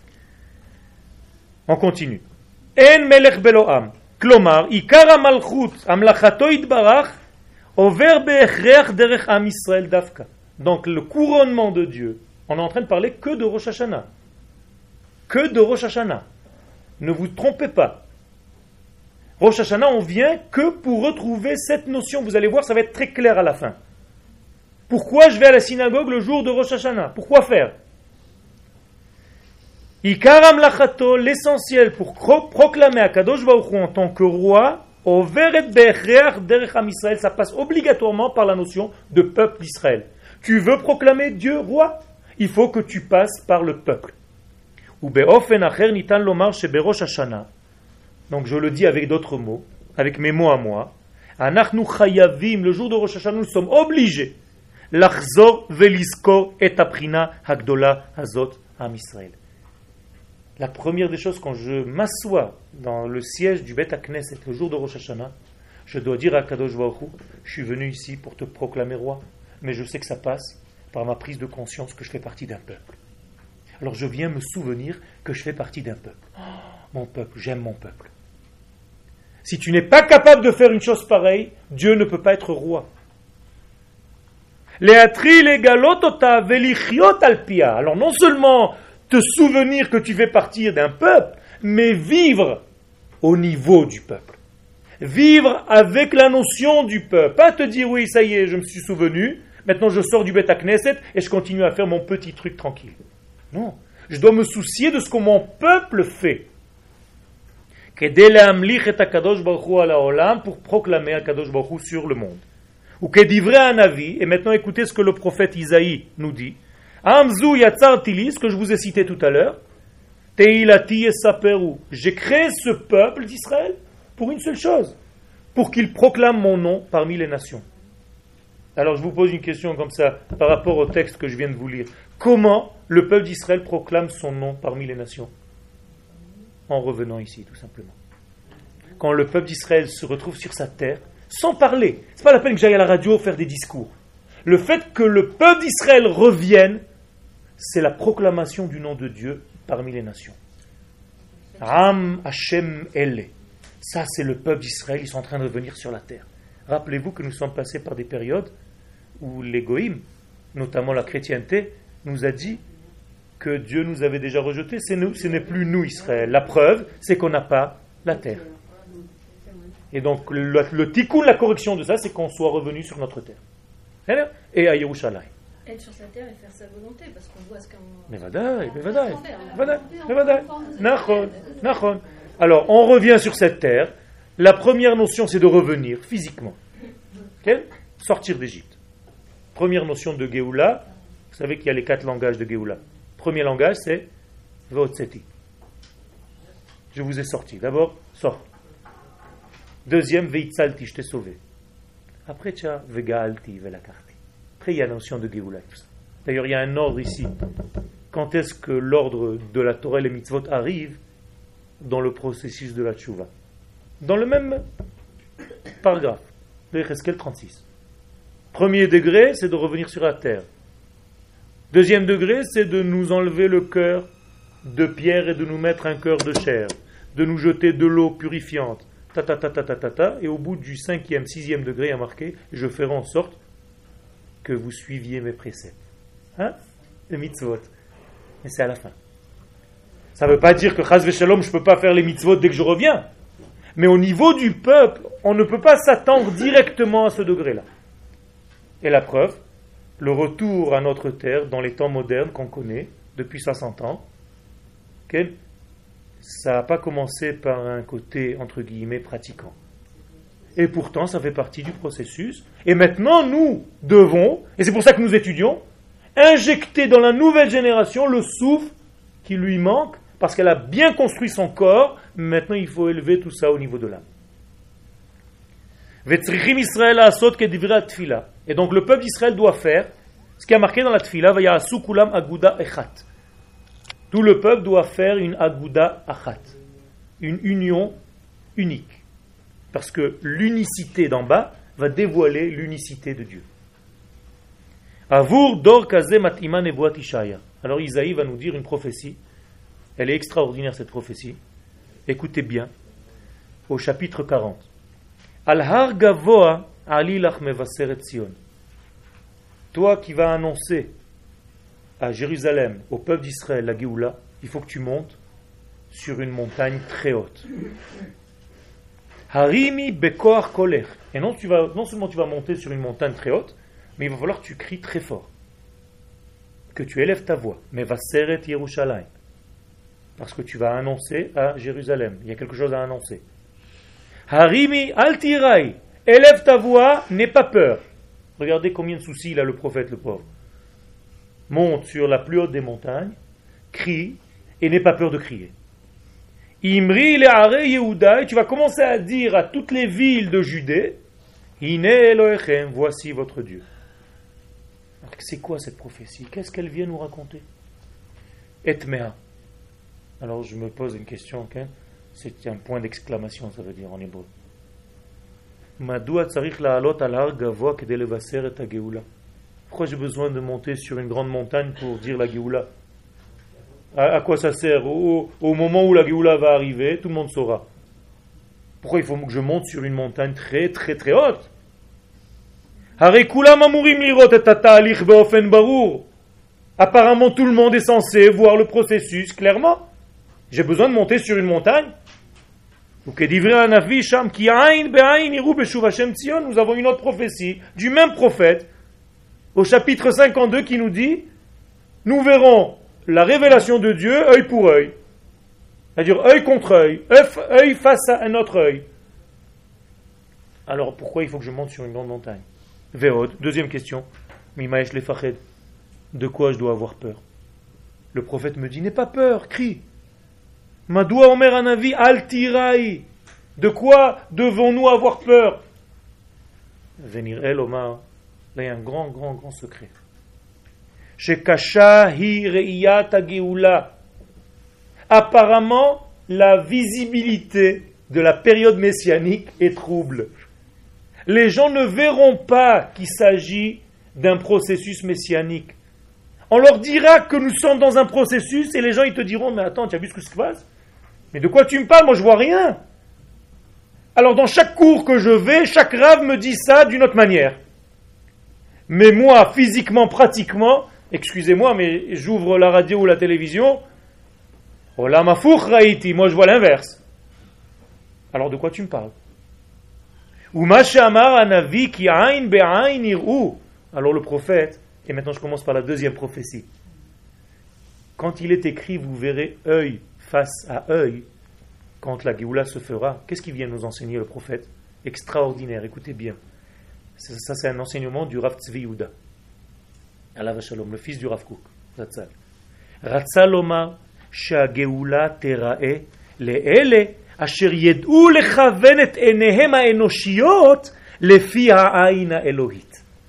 On continue. En melech beloam, klomar, ikar malchut, amlachato itbarach, over be'echreach derech am Israël dafka. Donc le couronnement de Dieu, on est en train de parler que de Rosh Hashanah. Que de Rosh Hashanah. Ne vous trompez pas. Rosh Hashanah, on vient que pour retrouver cette notion. Vous allez voir, ça va être très clair à la fin. Pourquoi je vais à la synagogue le jour de Rosh Hashanah? Pourquoi faire? Ikaram lachato, l'essentiel pour proclamer à Kadosh Baruch Hu en tant que roi, overet be'echreach derech am Israël, ça passe obligatoirement par la notion de peuple d'Israël. Tu veux proclamer Dieu roi? Il faut que tu passes par le peuple. Donc je le dis avec d'autres mots, avec mes mots à moi. Le jour de Rosh Hashanah, nous sommes obligés l'achzor veliskor et aprina hagdola hazot am Israël. La première des choses, quand je m'assois dans le siège du Beth HaKnesset le jour de Rosh Hashanah, je dois dire à Kadosh Baruch Hu, je suis venu ici pour te proclamer roi, mais je sais que ça passe par ma prise de conscience que je fais partie d'un peuple. Alors je viens me souvenir que je fais partie d'un peuple. Oh, mon peuple, j'aime mon peuple. Si tu n'es pas capable de faire une chose pareille, Dieu ne peut pas être roi. Alors non seulement te souvenir que tu fais partie d'un peuple, mais vivre au niveau du peuple. Vivre avec la notion du peuple. Pas te dire oui, ça y est, je me suis souvenu, maintenant je sors du Beth HaKnesset et je continue à faire mon petit truc tranquille. Non, je dois me soucier de ce que mon peuple fait. Pour proclamer Akadosh Baruch Hu sur le monde. Ou un avis, et maintenant écoutez ce que le prophète Isaïe nous dit. Amzu yatzar tili, ce que je vous ai cité tout à l'heure. Teilati esaperu. J'ai créé ce peuple d'Israël pour une seule chose, pour qu'il proclame mon nom parmi les nations. Alors je vous pose une question comme ça, par rapport au texte que je viens de vous lire. Comment le peuple d'Israël proclame son nom parmi les nations? En revenant ici, tout simplement. Quand le peuple d'Israël se retrouve sur sa terre, sans parler. C'est pas la peine que j'aille à la radio faire des discours. Le fait que le peuple d'Israël revienne, c'est la proclamation du nom de Dieu parmi les nations. Am Hashem Ele. Ça, c'est le peuple d'Israël, ils sont en train de revenir sur la terre. Rappelez-vous que nous sommes passés par des périodes où les goïms, notamment la chrétienté, nous a dit que Dieu nous avait déjà rejetés. Ce n'est plus nous, Israël. La preuve, c'est qu'on n'a pas la terre. Et donc, le tikkun, la correction de ça, c'est qu'on soit revenu sur notre terre. Et à Yerushalayim. Être sur sa terre et faire sa volonté, parce qu'on voit ce qu'on... Mais vadaï. Nachon. Alors, on revient sur cette terre. La première notion, c'est de revenir physiquement. Okay? Sortir d'Égypte. Première notion de Géoula. Vous savez qu'il y a les 4 langages de Géoula. Premier langage, c'est Veotseti. Je vous ai sorti. D'abord, sors. Deuxième, Veitzalti, je t'ai sauvé. Après, tu as Vegaalti, Velakarti. Après, il y a la notion de Géoula. D'ailleurs, il y a un ordre ici. Quand est-ce que l'ordre de la Torah et les mitzvot arrive dans le processus de la tchouva? Dans le même paragraphe de Yecheskel 36. Premier degré, c'est de revenir sur la terre. Deuxième degré, c'est de nous enlever le cœur de pierre et de nous mettre un cœur de chair, de nous jeter de l'eau purifiante. Et au bout du 5e, 6e degré, il y a marqué: je ferai en sorte que vous suiviez mes préceptes. Les mitzvot. Mais c'est à la fin. Ça ne veut pas dire que chas v'shalom, je ne peux pas faire les mitzvot dès que je reviens. Mais au niveau du peuple, on ne peut pas s'attendre directement à ce degré-là. Et la preuve, le retour à notre terre dans les temps modernes qu'on connaît depuis 60 ans, ça n'a pas commencé par un côté, entre guillemets, pratiquant. Et pourtant, ça fait partie du processus. Et maintenant, nous devons, et c'est pour ça que nous étudions, injecter dans la nouvelle génération le souffle qui lui manque, parce qu'elle a bien construit son corps. Maintenant, il faut élever tout ça au niveau de l'âme. Et donc, le peuple d'Israël doit faire ce qui a marqué dans la tfila, Vayasu kulam aguda echat. Tout le peuple doit faire une aguda achat, une union unique. Parce que l'unicité d'en bas va dévoiler l'unicité de Dieu. Avur dor kaze matima nevuat Ishaya. Alors Isaïe va nous dire une prophétie. Elle est extraordinaire, cette prophétie. Écoutez bien. Au chapitre 40. Al har gavoa ali lach mevaseret Sion. Toi qui vas annoncer à Jérusalem, au peuple d'Israël, la Géoula, il faut que tu montes sur une montagne très haute. Harimi bekoach kolech. Et non seulement tu vas monter sur une montagne très haute, mais il va falloir que tu cries très fort. Que tu élèves ta voix. Mais vaseret Yerushalayim. Parce que tu vas annoncer à Jérusalem. Il y a quelque chose à annoncer. Harimi altirai. Élève ta voix, n'aie pas peur. Regardez combien de soucis il a le prophète, le pauvre. Monte sur la plus haute des montagnes, crie, et n'aie pas peur de crier. Imri le'are Yehuda, et tu vas commencer à dire à toutes les villes de Judée, Hine Elohechem, voici votre Dieu. Alors, c'est quoi cette prophétie? Qu'est-ce qu'elle vient nous raconter? Etmea. Alors je me pose une question, okay? C'est un point d'exclamation, ça veut dire en hébreu. Madua tzarich la'alot al har gavoa kedei levaser et hagéoula. Pourquoi j'ai besoin de monter sur une grande montagne pour dire la Géoula? À quoi ça sert? Au moment où la Géoula va arriver, tout le monde saura. Pourquoi il faut que je monte sur une montagne très très très haute? Apparemment tout le monde est censé voir le processus clairement. J'ai besoin de monter sur une montagne. Nous avons une autre prophétie du même prophète au chapitre 52 qui nous dit: nous verrons la révélation de Dieu œil pour œil. C'est-à-dire œil contre œil, œil face à un autre œil. Alors pourquoi il faut que je monte sur une grande montagne? Véod, deuxième question. Mimaesh lefached. De quoi je dois avoir peur? Le prophète me dit: n'aie pas peur, crie. Madoua omer anavi al tirai. De quoi devons-nous avoir peur? Venir el omar. Là, il y a un grand secret. Shekasha hi reiyat hageoula. Apparemment, la visibilité de la période messianique est trouble. les gens ne verront pas qu'il s'agit d'un processus messianique. On leur dira que nous sommes dans un processus et les gens ils te diront, mais attends, tu as vu ce qui se passe? Mais de quoi tu me parles? Moi je vois rien. Alors dans chaque cours que je vais, chaque rave me dit ça d'une autre manière. Mais moi, physiquement, pratiquement, excusez-moi, mais j'ouvre la radio ou la télévision, Olam Hafuch Raïti, moi je vois l'inverse. Alors de quoi tu me parles? Uma she'amar hanavi ki ayn be'ayn yir'u. Alors le prophète, et maintenant je commence par la deuxième prophétie. Quand il est écrit, vous verrez œil face à œil, quand la Géoula se fera, qu'est-ce qu'il vient nous enseigner le prophète? Extraordinaire, écoutez bien. Ça c'est un enseignement du Rav Tzvi Yehuda, Alav Shalom, le fils du Rav Kook, Zatzal. Ratza lomar she'agéoula tera'eh le'ele asher yed'u lechaven et enehem ha'enoshiyot lefi ha'ayn ha'elohit.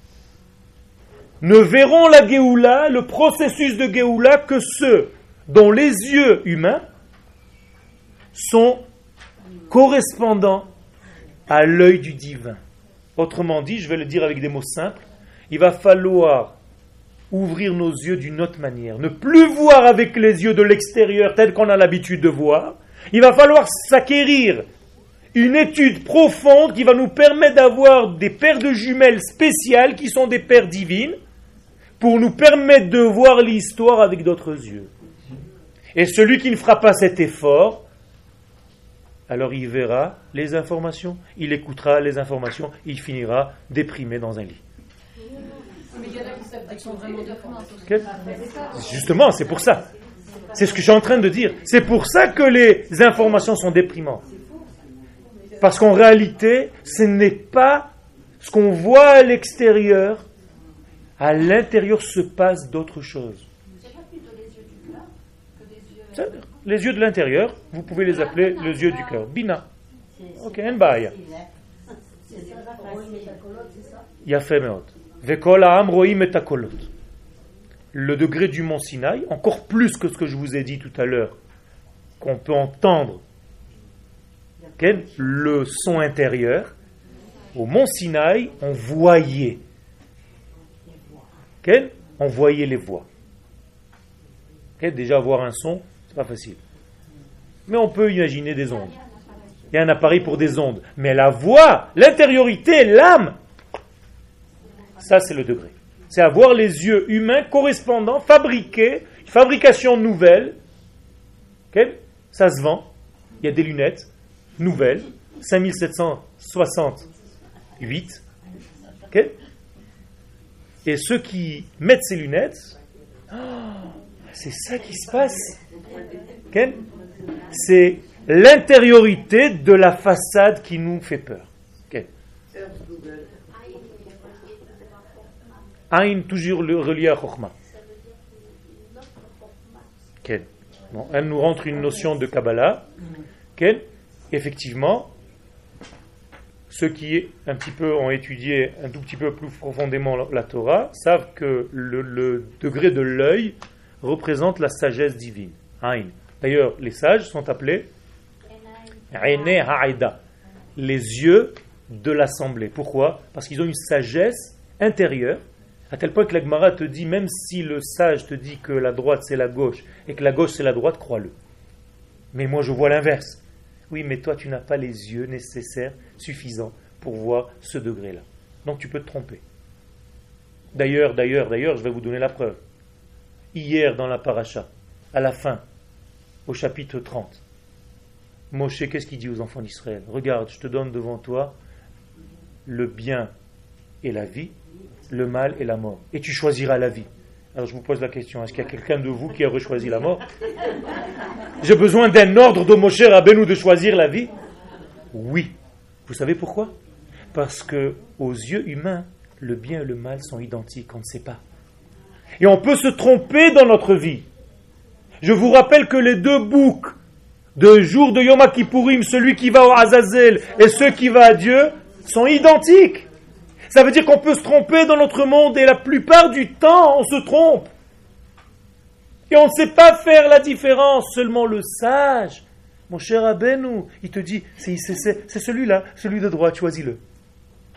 Ne verront la Géoula, le processus de Géoula, que ceux dont les yeux humains sont correspondants à l'œil du divin. Autrement dit, je vais le dire avec des mots simples, il va falloir ouvrir nos yeux d'une autre manière, ne plus voir avec les yeux de l'extérieur tel qu'on a l'habitude de voir. Il va falloir s'acquérir une étude profonde qui va nous permettre d'avoir des paires de jumelles spéciales qui sont des paires divines pour nous permettre de voir l'histoire avec d'autres yeux. Et celui qui ne fera pas cet effort, alors il verra les informations, il écoutera les informations, il finira déprimé dans un lit. Justement, c'est pour ça. C'est ce que je suis en train de dire. C'est pour ça que les informations sont déprimantes. Parce qu'en réalité, ce n'est pas ce qu'on voit à l'extérieur. À l'intérieur se passe d'autres choses. Les yeux de l'intérieur, vous pouvez les appeler les yeux du cœur. Bina. Ok, en baya. Yafé meot. Vekol ha'am roim et hakolot. Le degré du mont Sinaï, encore plus que ce que je vous ai dit tout à l'heure, qu'on peut entendre le son intérieur, au mont Sinaï, on voyait. On voyait les voix. Déjà voir un son, c'est pas facile. Mais on peut imaginer des ondes. Il y a un appareil pour des ondes. Mais la voix, l'intériorité, l'âme, ça c'est le degré. C'est avoir les yeux humains correspondants, fabriqués, fabrication nouvelle. Ça se vend. Il y a des lunettes nouvelles, 5768. Et ceux qui mettent ces lunettes, c'est ça qui se passe. C'est l'intériorité de la façade qui nous fait peur. Aïn, toujours relié à Chokhmah. Bon, elle nous rentre une notion de Kabbalah. Effectivement, ceux qui un petit peu ont étudié un tout petit peu plus profondément la Torah savent que le degré de l'œil représente la sagesse divine. Aïn. D'ailleurs, les sages sont appelés Aïné Ha'aïda, les yeux de l'assemblée. Pourquoi? Parce qu'ils ont une sagesse intérieure, à tel point que la Gemara te dit, même si le sage te dit que la droite c'est la gauche et que la gauche c'est la droite, crois-le. Mais moi je vois l'inverse. Oui, mais toi tu n'as pas les yeux nécessaires, suffisants pour voir ce degré-là. Donc tu peux te tromper. D'ailleurs, je vais vous donner la preuve. Hier dans la paracha, à la fin, au chapitre 30, Moshe, qu'est-ce qu'il dit aux enfants d'Israël? Regarde, je te donne devant toi le bien et la vie, le mal et la mort. Et tu choisiras la vie. Alors je vous pose la question, est-ce qu'il y a quelqu'un de vous qui aurait choisi la mort? J'ai besoin d'un ordre de Moshe Rabbeinu de choisir la vie? Oui. Vous savez pourquoi? Parce que aux yeux humains, le bien et le mal sont identiques, on ne sait pas. Et on peut se tromper dans notre vie. Je vous rappelle que les deux boucs de jour de Yom Kippourim, celui qui va au Azazel et ceux qui va à Dieu, sont identiques. Ça veut dire qu'on peut se tromper dans notre monde et la plupart du temps, on se trompe. Et on ne sait pas faire la différence. Seulement le sage, mon cher Rabbeinu, il te dit, c'est celui-là, celui de droite, choisis-le.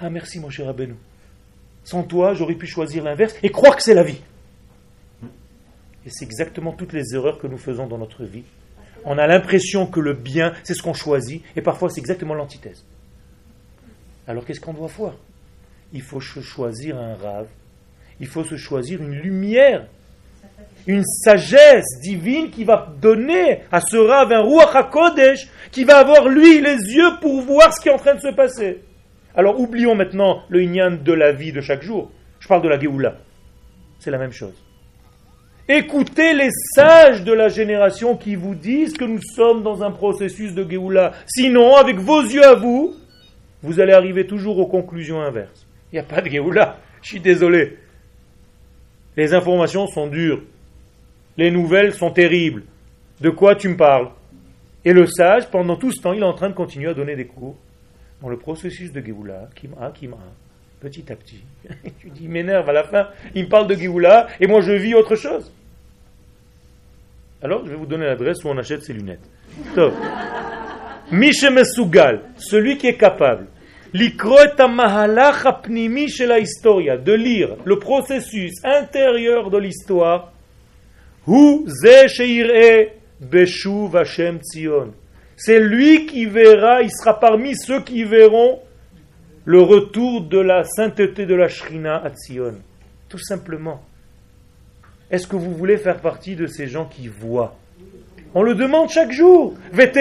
Ah merci mon cher Rabbeinu. Sans toi, j'aurais pu choisir l'inverse et croire que c'est la vie. Et c'est exactement toutes les erreurs que nous faisons dans notre vie. On a l'impression que le bien, c'est ce qu'on choisit, et parfois c'est exactement l'antithèse. Alors qu'est-ce qu'on doit faire? Il faut se choisir un rave, il faut se choisir une lumière, une sagesse divine qui va donner à ce rave un Ruach HaKodesh, qui va avoir lui les yeux pour voir ce qui est en train de se passer. Alors oublions maintenant le inyan de la vie de chaque jour. Je parle de la Géoula. C'est la même chose. Écoutez les sages de la génération qui vous disent que nous sommes dans un processus de Géoula. Sinon, avec vos yeux à vous, vous allez arriver toujours aux conclusions inverses. Il n'y a pas de Géoula. Je suis désolé. Les informations sont dures. Les nouvelles sont terribles. De quoi tu me parles? Et le sage, pendant tout ce temps, il est en train de continuer à donner des cours dans le processus de Géoula, Kim'a, petit à petit. Tu dis, il m'énerve à la fin, il me parle de Géoula, et moi je vis autre chose. Alors, je vais vous donner l'adresse où on achète ses lunettes. Top. Mishe Mesugal, celui qui est capable, Likrot HaMahalach HaPnimi Shel HaHistoria, de lire le processus intérieur de l'histoire, Hu Ze Sheir'e Beshuv Hashem Tzion. C'est lui qui verra, il sera parmi ceux qui verront le retour de la sainteté de la Shrina à Tzion. Tout simplement. Est-ce que vous voulez faire partie de ces gens qui voient? On le demande chaque jour.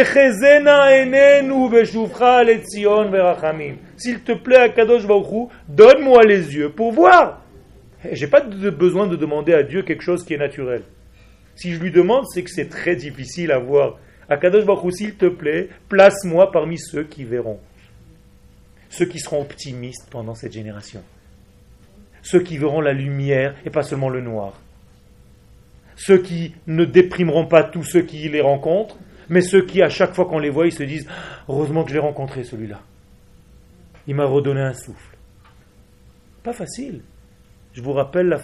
S'il te plaît, Akadosh Baruch Hu, donne-moi les yeux pour voir. J'ai pas besoin de demander à Dieu quelque chose qui est naturel. Si je lui demande, c'est que c'est très difficile à voir. Akadosh Baruch Hu, s'il te plaît, place-moi parmi ceux qui verront. Ceux qui seront optimistes pendant cette génération. Ceux qui verront la lumière et pas seulement le noir. Ceux qui ne déprimeront pas tous ceux qui les rencontrent, mais ceux qui, à chaque fois qu'on les voit, ils se disent « Heureusement que je l'ai rencontré, celui-là. Il m'a redonné un souffle. » Pas facile. Je vous rappelle le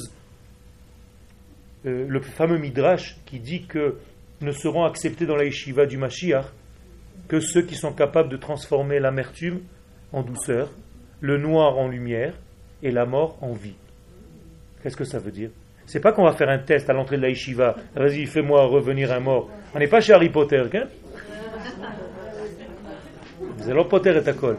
fameux Midrash qui dit que ne seront acceptés dans la yeshiva du Mashiach que ceux qui sont capables de transformer l'amertume en douceur, le noir en lumière et la mort en vie. Qu'est-ce que ça veut dire? C'est pas qu'on va faire un test à l'entrée de la yeshiva. Vas-y, fais-moi revenir un mort. On n'est pas chez Harry Potter, hein? C'est Harry Potter et ta colle.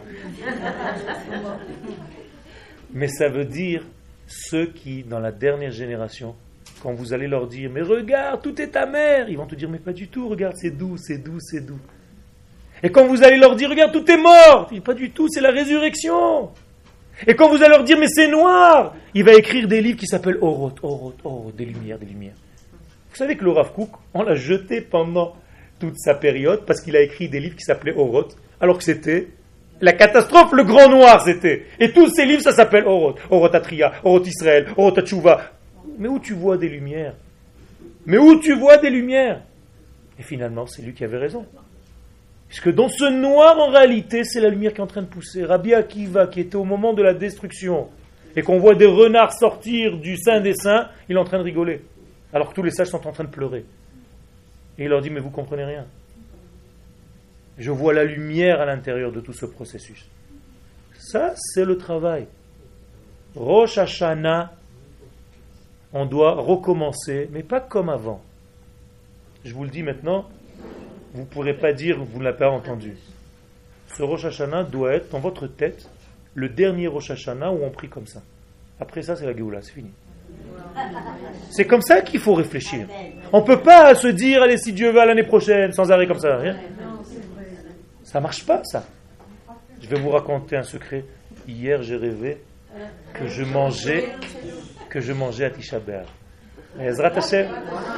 Mais ça veut dire ceux qui, dans la dernière génération, quand vous allez leur dire, mais regarde, tout est amer, ils vont te dire, mais pas du tout, regarde, c'est doux, c'est doux, c'est doux. Et quand vous allez leur dire, regarde, tout est mort, pas du tout, c'est la résurrection. Et quand vous allez leur dire, mais c'est noir, il va écrire des livres qui s'appellent Orot, des lumières, des lumières. Vous savez que le Rav Kook, on l'a jeté pendant toute sa période parce qu'il a écrit des livres qui s'appelaient Orot, alors que c'était la catastrophe, le grand noir c'était. Et tous ces livres, ça s'appelle Orot. Orot Atria, Orot Israël, Orot Tchouva. Mais où tu vois des lumières? Mais où tu vois des lumières? Et finalement, c'est lui qui avait raison. Puisque dans ce noir, en réalité, c'est la lumière qui est en train de pousser. Rabbi Akiva, qui était au moment de la destruction, et qu'on voit des renards sortir du sein des saints, il est en train de rigoler. Alors que tous les sages sont en train de pleurer. Et il leur dit, mais vous comprenez rien. Je vois la lumière à l'intérieur de tout ce processus. Ça, c'est le travail. Rosh Hashanah, on doit recommencer, mais pas comme avant. Je vous le dis maintenant, vous ne pourrez pas dire que vous ne l'avez pas entendu. Ce Rosh Hashanah doit être dans votre tête le dernier Rosh Hashanah où on prie comme ça. Après ça, c'est la Géoula, c'est fini. C'est comme ça qu'il faut réfléchir. On ne peut pas se dire, allez, si Dieu veut, l'année prochaine, sans arrêt comme ça. Rien. Ça ne marche pas, ça. Je vais vous raconter un secret. Hier, j'ai rêvé que je mangeais à Tisha B'Av. Ezrat Hashem.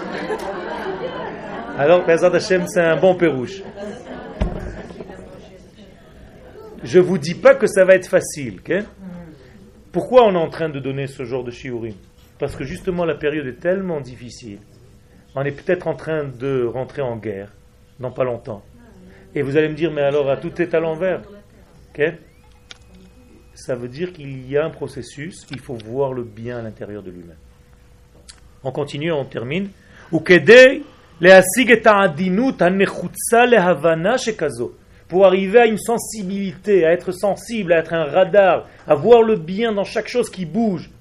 Alors, Ezrat Hashem, c'est un bon pérouche. Je ne vous dis pas que ça va être facile. Okay? Pourquoi on est en train de donner ce genre de shiurim? Parce que justement, la période est tellement difficile. On est peut-être en train de rentrer en guerre, dans pas longtemps. Et vous allez me dire, mais alors, tout est à l'envers. Okay? Ça veut dire qu'il y a un processus, il faut voir le bien à l'intérieur de lui-même. On continue, on termine. pour arriver à une sensibilité, à être sensible, à être un radar, à voir le bien dans chaque chose qui bouge.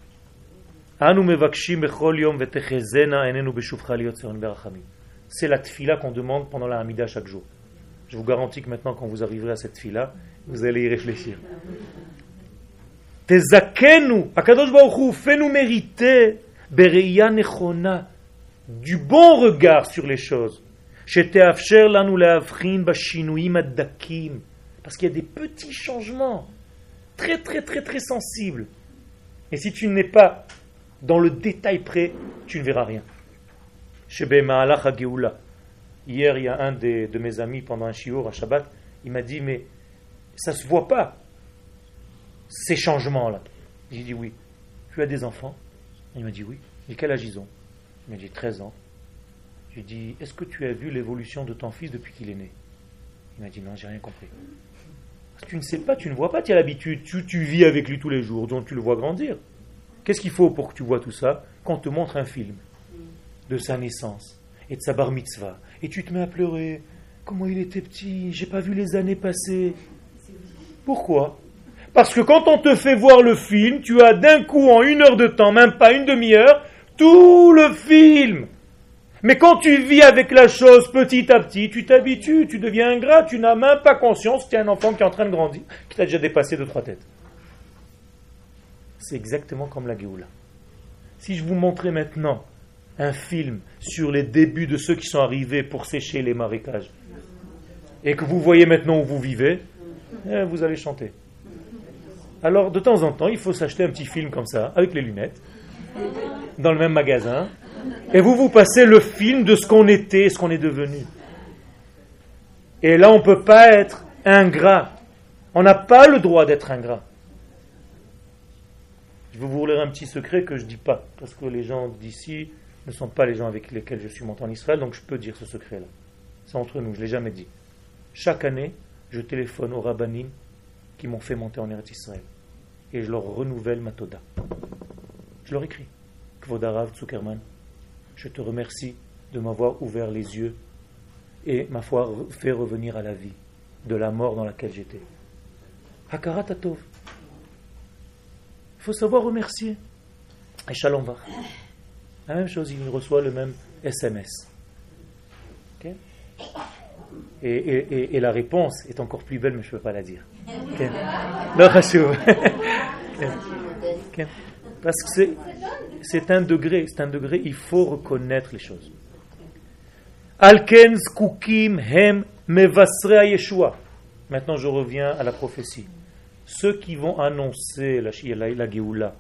C'est la tfila qu'on demande pendant la Hamida chaque jour. Je vous garantis que maintenant, quand vous arriverez à cette tfila, vous allez y réfléchir. Tezakenu, Akadosh Baruch Hu, fais-nous mériter bereia nechona, du bon regard sur les choses. Sheteafsher lanu leavchin bashinuim addakim, parce qu'il y a des petits changements très très très très sensibles. Et si tu n'es pas dans le détail près, tu ne verras rien. Shebe ma'alach ha'geula. Hier, il y a un de mes amis pendant un shiur à Shabbat, il m'a dit mais ça se voit pas ces changements-là. J'ai dit oui. Tu as des enfants? Il m'a dit oui. J'ai dit quel âge ils ont? Il m'a dit 13 ans. J'ai dit est-ce que tu as vu l'évolution de ton fils depuis qu'il est né? Il m'a dit non, j'ai rien compris. Parce que tu ne sais pas, tu ne vois pas, tu as l'habitude, tu vis avec lui tous les jours, donc tu le vois grandir. Qu'est-ce qu'il faut pour que tu vois tout ça? Quand on te montre un film de sa naissance et de sa bar mitzvah, et tu te mets à pleurer. Comment il était petit, j'ai pas vu les années passer. Pourquoi? Parce que quand on te fait voir le film, tu as d'un coup, en 1 heure de temps, même pas une demi-heure, tout le film. Mais quand tu vis avec la chose petit à petit, tu t'habitues, tu deviens ingrat, tu n'as même pas conscience qu'il y a un enfant qui est en train de grandir, qui t'a déjà dépassé 2-3 têtes. C'est exactement comme la Géoula. Si je vous montrais maintenant un film sur les débuts de ceux qui sont arrivés pour sécher les marécages, et que vous voyez maintenant où vous vivez, vous allez chanter. Alors, de temps en temps, il faut s'acheter un petit film comme ça, avec les lunettes, dans le même magasin, et vous passez le film de ce qu'on était, ce qu'on est devenu. Et là, on ne peut pas être ingrat. On n'a pas le droit d'être ingrat. Je vais vous lire un petit secret que je ne dis pas, parce que les gens d'ici ne sont pas les gens avec lesquels je suis monté en Israël, donc je peux dire ce secret-là. C'est entre nous, je ne l'ai jamais dit. Chaque année, je téléphone aux rabbanim qui m'ont fait monter en Eretz Israël. Et je leur renouvelle ma toda. Je leur écris. Kvod Harav Zuckerman, je te remercie de m'avoir ouvert les yeux et m'avoir fait revenir à la vie de la mort dans laquelle j'étais. Hakarat Hatov. Il faut savoir remercier. Et Shalom Vach. La même chose, il reçoit le même SMS. Okay? Et la réponse est encore plus belle, mais je ne peux pas la dire. Okay? Okay? Parce que c'est un degré, il faut reconnaître les choses. Alken zkukim hem mevasre Yeshua. Maintenant, je reviens à la prophétie. Ceux qui vont annoncer la Géoula,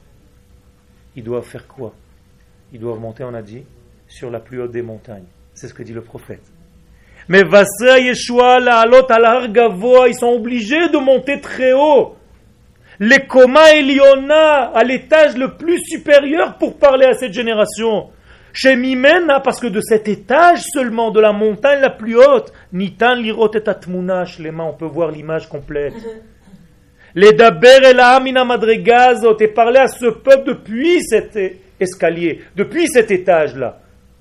ils doivent faire quoi? Ils doivent monter, on a dit, sur la plus haute des montagnes. C'est ce que dit le prophète. Mais Vasra Yeshua, la Alot al Har Gavoa, ils sont obligés de monter très haut. Les Koma Eliona, à l'étage le plus supérieur pour parler à cette génération. Chez Mimena, parce que de cet étage seulement, de la montagne la plus haute, Nitan lirot et atmuna shlema, on peut voir l'image complète. Les daber el amina madregazot, et parler à ce peuple depuis cet escalier, depuis cet étage-là.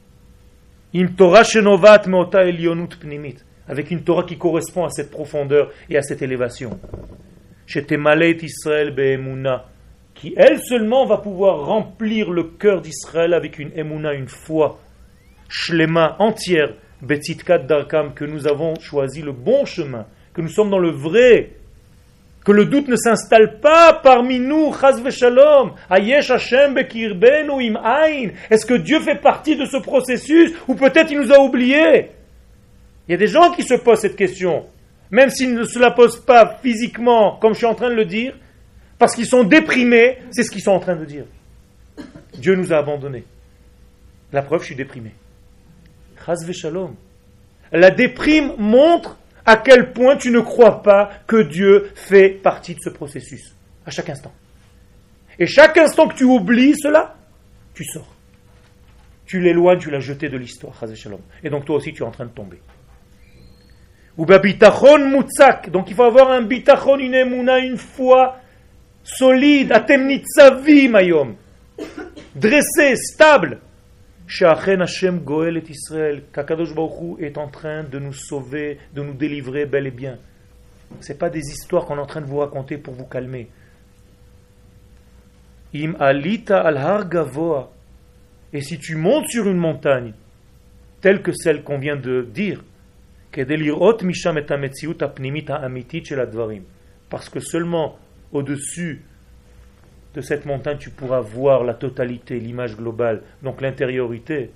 Im Torah shenovat meota elionut pnimit, avec une Torah qui correspond à cette profondeur et à cette élévation. Shetemale Israël be'emuna, qui elle seulement va pouvoir remplir le cœur d'Israël avec une emuna, une foi shlema entière, betzitkat darkam, que nous avons choisi le bon chemin, que nous sommes dans le vrai, que le doute ne s'installe pas parmi nous, chas v'shalom, ayesh Hashem bekirbenu im ayn. Est-ce que Dieu fait partie de ce processus, ou peut-être il nous a oubliés? Il y a des gens qui se posent cette question, même s'ils ne se la posent pas physiquement, comme je suis en train de le dire, parce qu'ils sont déprimés, c'est ce qu'ils sont en train de dire. Dieu nous a abandonnés. La preuve, je suis déprimé. Chas v'shalom. La déprime montre à quel point tu ne crois pas que Dieu fait partie de ce processus, à chaque instant. Et chaque instant que tu oublies cela, tu sors. Tu l'éloignes, tu l'as jeté de l'histoire. Et donc toi aussi tu es en train de tomber. Ou bitachon mutzak. Donc il faut avoir un bitachon, une emuna, une foi solide, atem nitzavim ayom, dressé, stable. She'achen Hashem goel et Israël, qu'Akadosh Baruch Hu est en train de nous sauver, de nous délivrer bel et bien. Ce n'est pas des histoires qu'on est en train de vous raconter pour vous calmer. Im alita al har gavoa, et si tu montes sur une montagne, telle que celle qu'on vient de dire, parce que seulement au-dessus de cette montagne tu pourras voir la totalité, l'image globale, donc l'intériorité.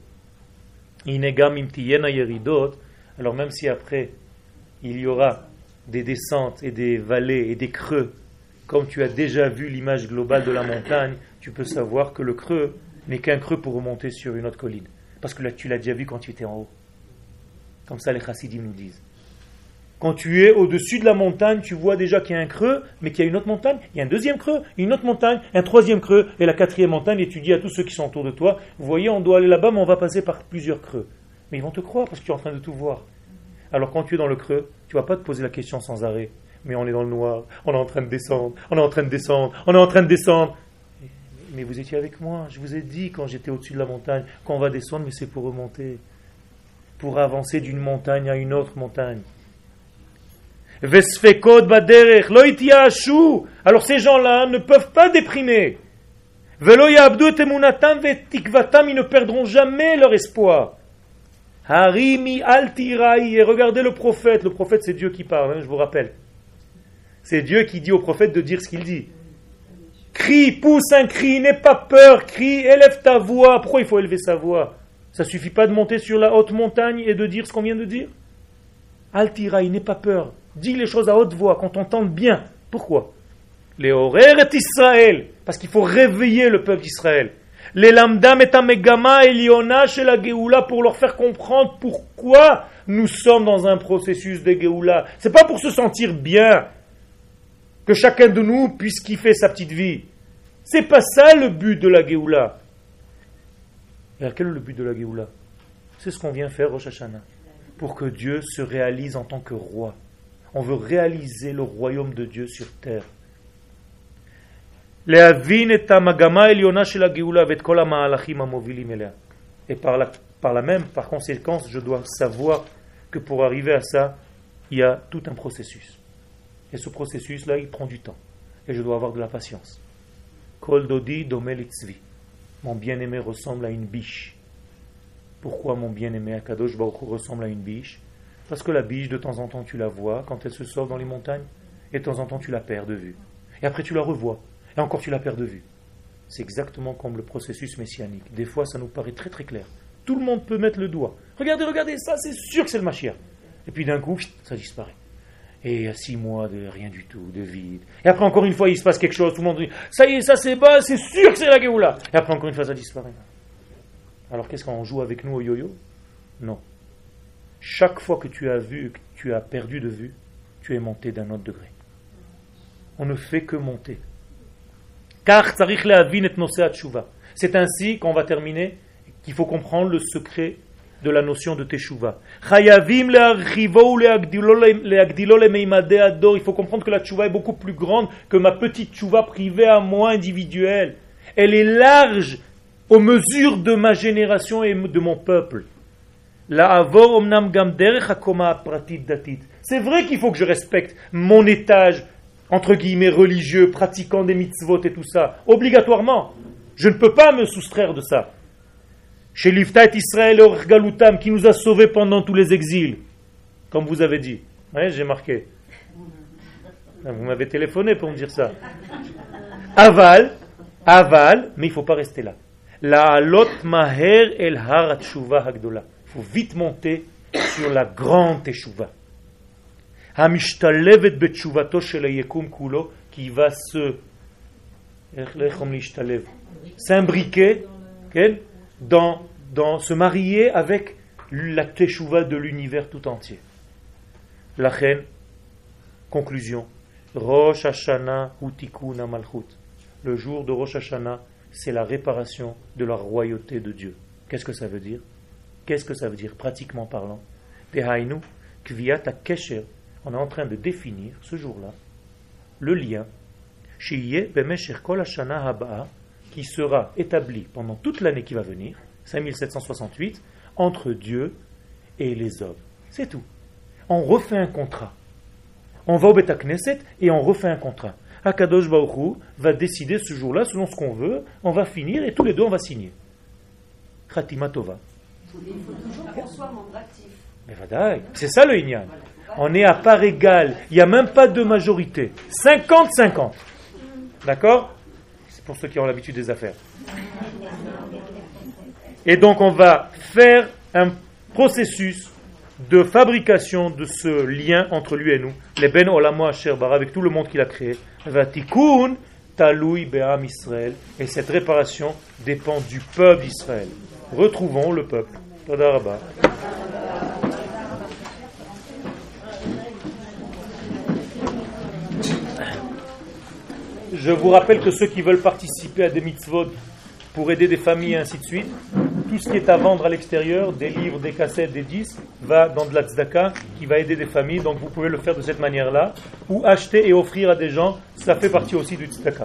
Alors même si après il y aura des descentes et des vallées et des creux, comme tu as déjà vu l'image globale de la montagne, tu peux savoir que le creux n'est qu'un creux pour remonter sur une autre colline. Parce que là, tu l'as déjà vu quand tu étais en haut. Comme ça, les chassidim nous disent. Quand tu es au-dessus de la montagne, tu vois déjà qu'il y a un creux, mais qu'il y a une autre montagne, il y a un deuxième creux, une autre montagne, un troisième creux, et la quatrième montagne, et tu dis à tous ceux qui sont autour de toi, vous voyez, on doit aller là-bas, mais on va passer par plusieurs creux. Mais ils vont te croire, parce que tu es en train de tout voir. Alors quand tu es dans le creux, tu ne vas pas te poser la question sans arrêt. Mais on est dans le noir, on est en train de descendre, on est en train de descendre, on est en train de descendre. Mais vous étiez avec moi, je vous ai dit quand j'étais au-dessus de la montagne, qu'on va descendre, mais c'est pour remonter, pour avancer d'une montagne à une autre montagne. Alors ces gens-là ne peuvent pas déprimer. Ils ne perdront jamais leur espoir. Harimi al-tirai, et regardez le prophète c'est Dieu qui parle, je vous rappelle. C'est Dieu qui dit au prophète de dire ce qu'il dit. Crie, pousse un cri, n'aie pas peur, crie, élève ta voix. Pourquoi il faut élever sa voix? Ça suffit pas de monter sur la haute montagne et de dire ce qu'on vient de dire? Al-tirai, n'aie pas peur. Dis les choses à haute voix, qu'on t'entende bien. Pourquoi? Les horaires et Israël, parce qu'il faut réveiller le peuple d'Israël. Les lamdam et amegama eliona chez la Géoula, pour leur faire comprendre pourquoi nous sommes dans un processus de Géoula. C'est pas pour se sentir bien que chacun de nous puisse kiffer sa petite vie. C'est pas ça le but de la Géoula. Alors quel est le but de la Géoula? C'est ce qu'on vient faire Rosh Hashanah, pour que Dieu se réalise en tant que roi. On veut réaliser le royaume de Dieu sur terre. Et par conséquent, je dois savoir que pour arriver à ça, il y a tout un processus. Et ce processus-là, il prend du temps. Et je dois avoir de la patience. Kol dodi domel itzvi. Mon bien-aimé ressemble à une biche. Pourquoi mon bien-aimé Akadosh Baruch Hu ressemble à une biche? Parce que la biche, de temps en temps, tu la vois quand elle se sort dans les montagnes. Et de temps en temps, tu la perds de vue. Et après, tu la revois. Et encore, tu la perds de vue. C'est exactement comme le processus messianique. Des fois, ça nous paraît très très clair. Tout le monde peut mettre le doigt. Regardez, ça, c'est sûr que c'est le Mashiach. Et puis d'un coup, ça disparaît. Et il y a 6 mois de rien du tout, de vide. Et après, encore une fois, il se passe quelque chose. Tout le monde dit, ça y est, ça c'est bas, c'est sûr que c'est la Géoula. Et après, encore une fois, ça disparaît. Alors, qu'est-ce qu'on joue avec nous au yo-yo? Non. Chaque fois que tu as vu, que tu as perdu de vue, tu es monté d'un autre degré. On ne fait que monter. Car c'est ainsi qu'on va terminer, qu'il faut comprendre le secret de la notion de teshuva. Il faut comprendre que la teshuva est beaucoup plus grande que ma petite teshuva privée à moi individuelle. Elle est large aux mesures de ma génération et de mon peuple. C'est vrai qu'il faut que je respecte mon étage entre guillemets religieux, pratiquant des mitzvot et tout ça, obligatoirement. Je ne peux pas me soustraire de ça. Chez Liftat Israël Or Galutam, qui nous a sauvés pendant tous les exils, comme vous avez dit. Ouais, j'ai marqué. Vous m'avez téléphoné pour me dire ça. Aval, mais il ne faut pas rester là. La'alot maher el har tshuva hagdola. Il faut vite monter sur la grande teshuva. Hamishtalevet betshuvato shel hayekum kulo, qui va s'imbriquer dans se marier avec la teshuva de l'univers tout entier. La reine, conclusion. Rosh Hashanah hu tikkun hamalchut. Le jour de Rosh Hashanah, c'est la réparation de la royauté de Dieu. Qu'est-ce que ça veut dire? Pratiquement parlant? Dehainu kviyat hakesher. On est en train de définir ce jour-là le lien qui sera établi pendant toute l'année qui va venir. 5768, entre Dieu et les hommes. C'est tout. On refait un contrat. On va au Beth Knesset et on refait un contrat. Akadosh Baruch Hu va décider ce jour-là, selon ce qu'on veut, on va finir et tous les deux on va signer. Khatima Tova. Il faut toujours qu'on soit membre actif. Mais vadaï, c'est ça le Inyan. On est à part égale, il n'y a même pas de majorité. 50-50. D'accord? C'est pour ceux qui ont l'habitude des affaires. Et donc on va faire un processus de fabrication de ce lien entre lui et nous, les Ben Olamo Asher Bara, avec tout le monde qu'il a créé. Vatikun Talui Be'am Israël. Et cette réparation dépend du peuple d'Israël. Retrouvons le peuple. Toda Rabba. Je vous rappelle que ceux qui veulent participer à des mitzvot pour aider des familles et ainsi de suite, tout ce qui est à vendre à l'extérieur, des livres, des cassettes, des disques, va dans de la tzedaka qui va aider des familles. Donc vous pouvez le faire de cette manière-là, ou acheter et offrir à des gens, ça fait partie aussi du tzedaka.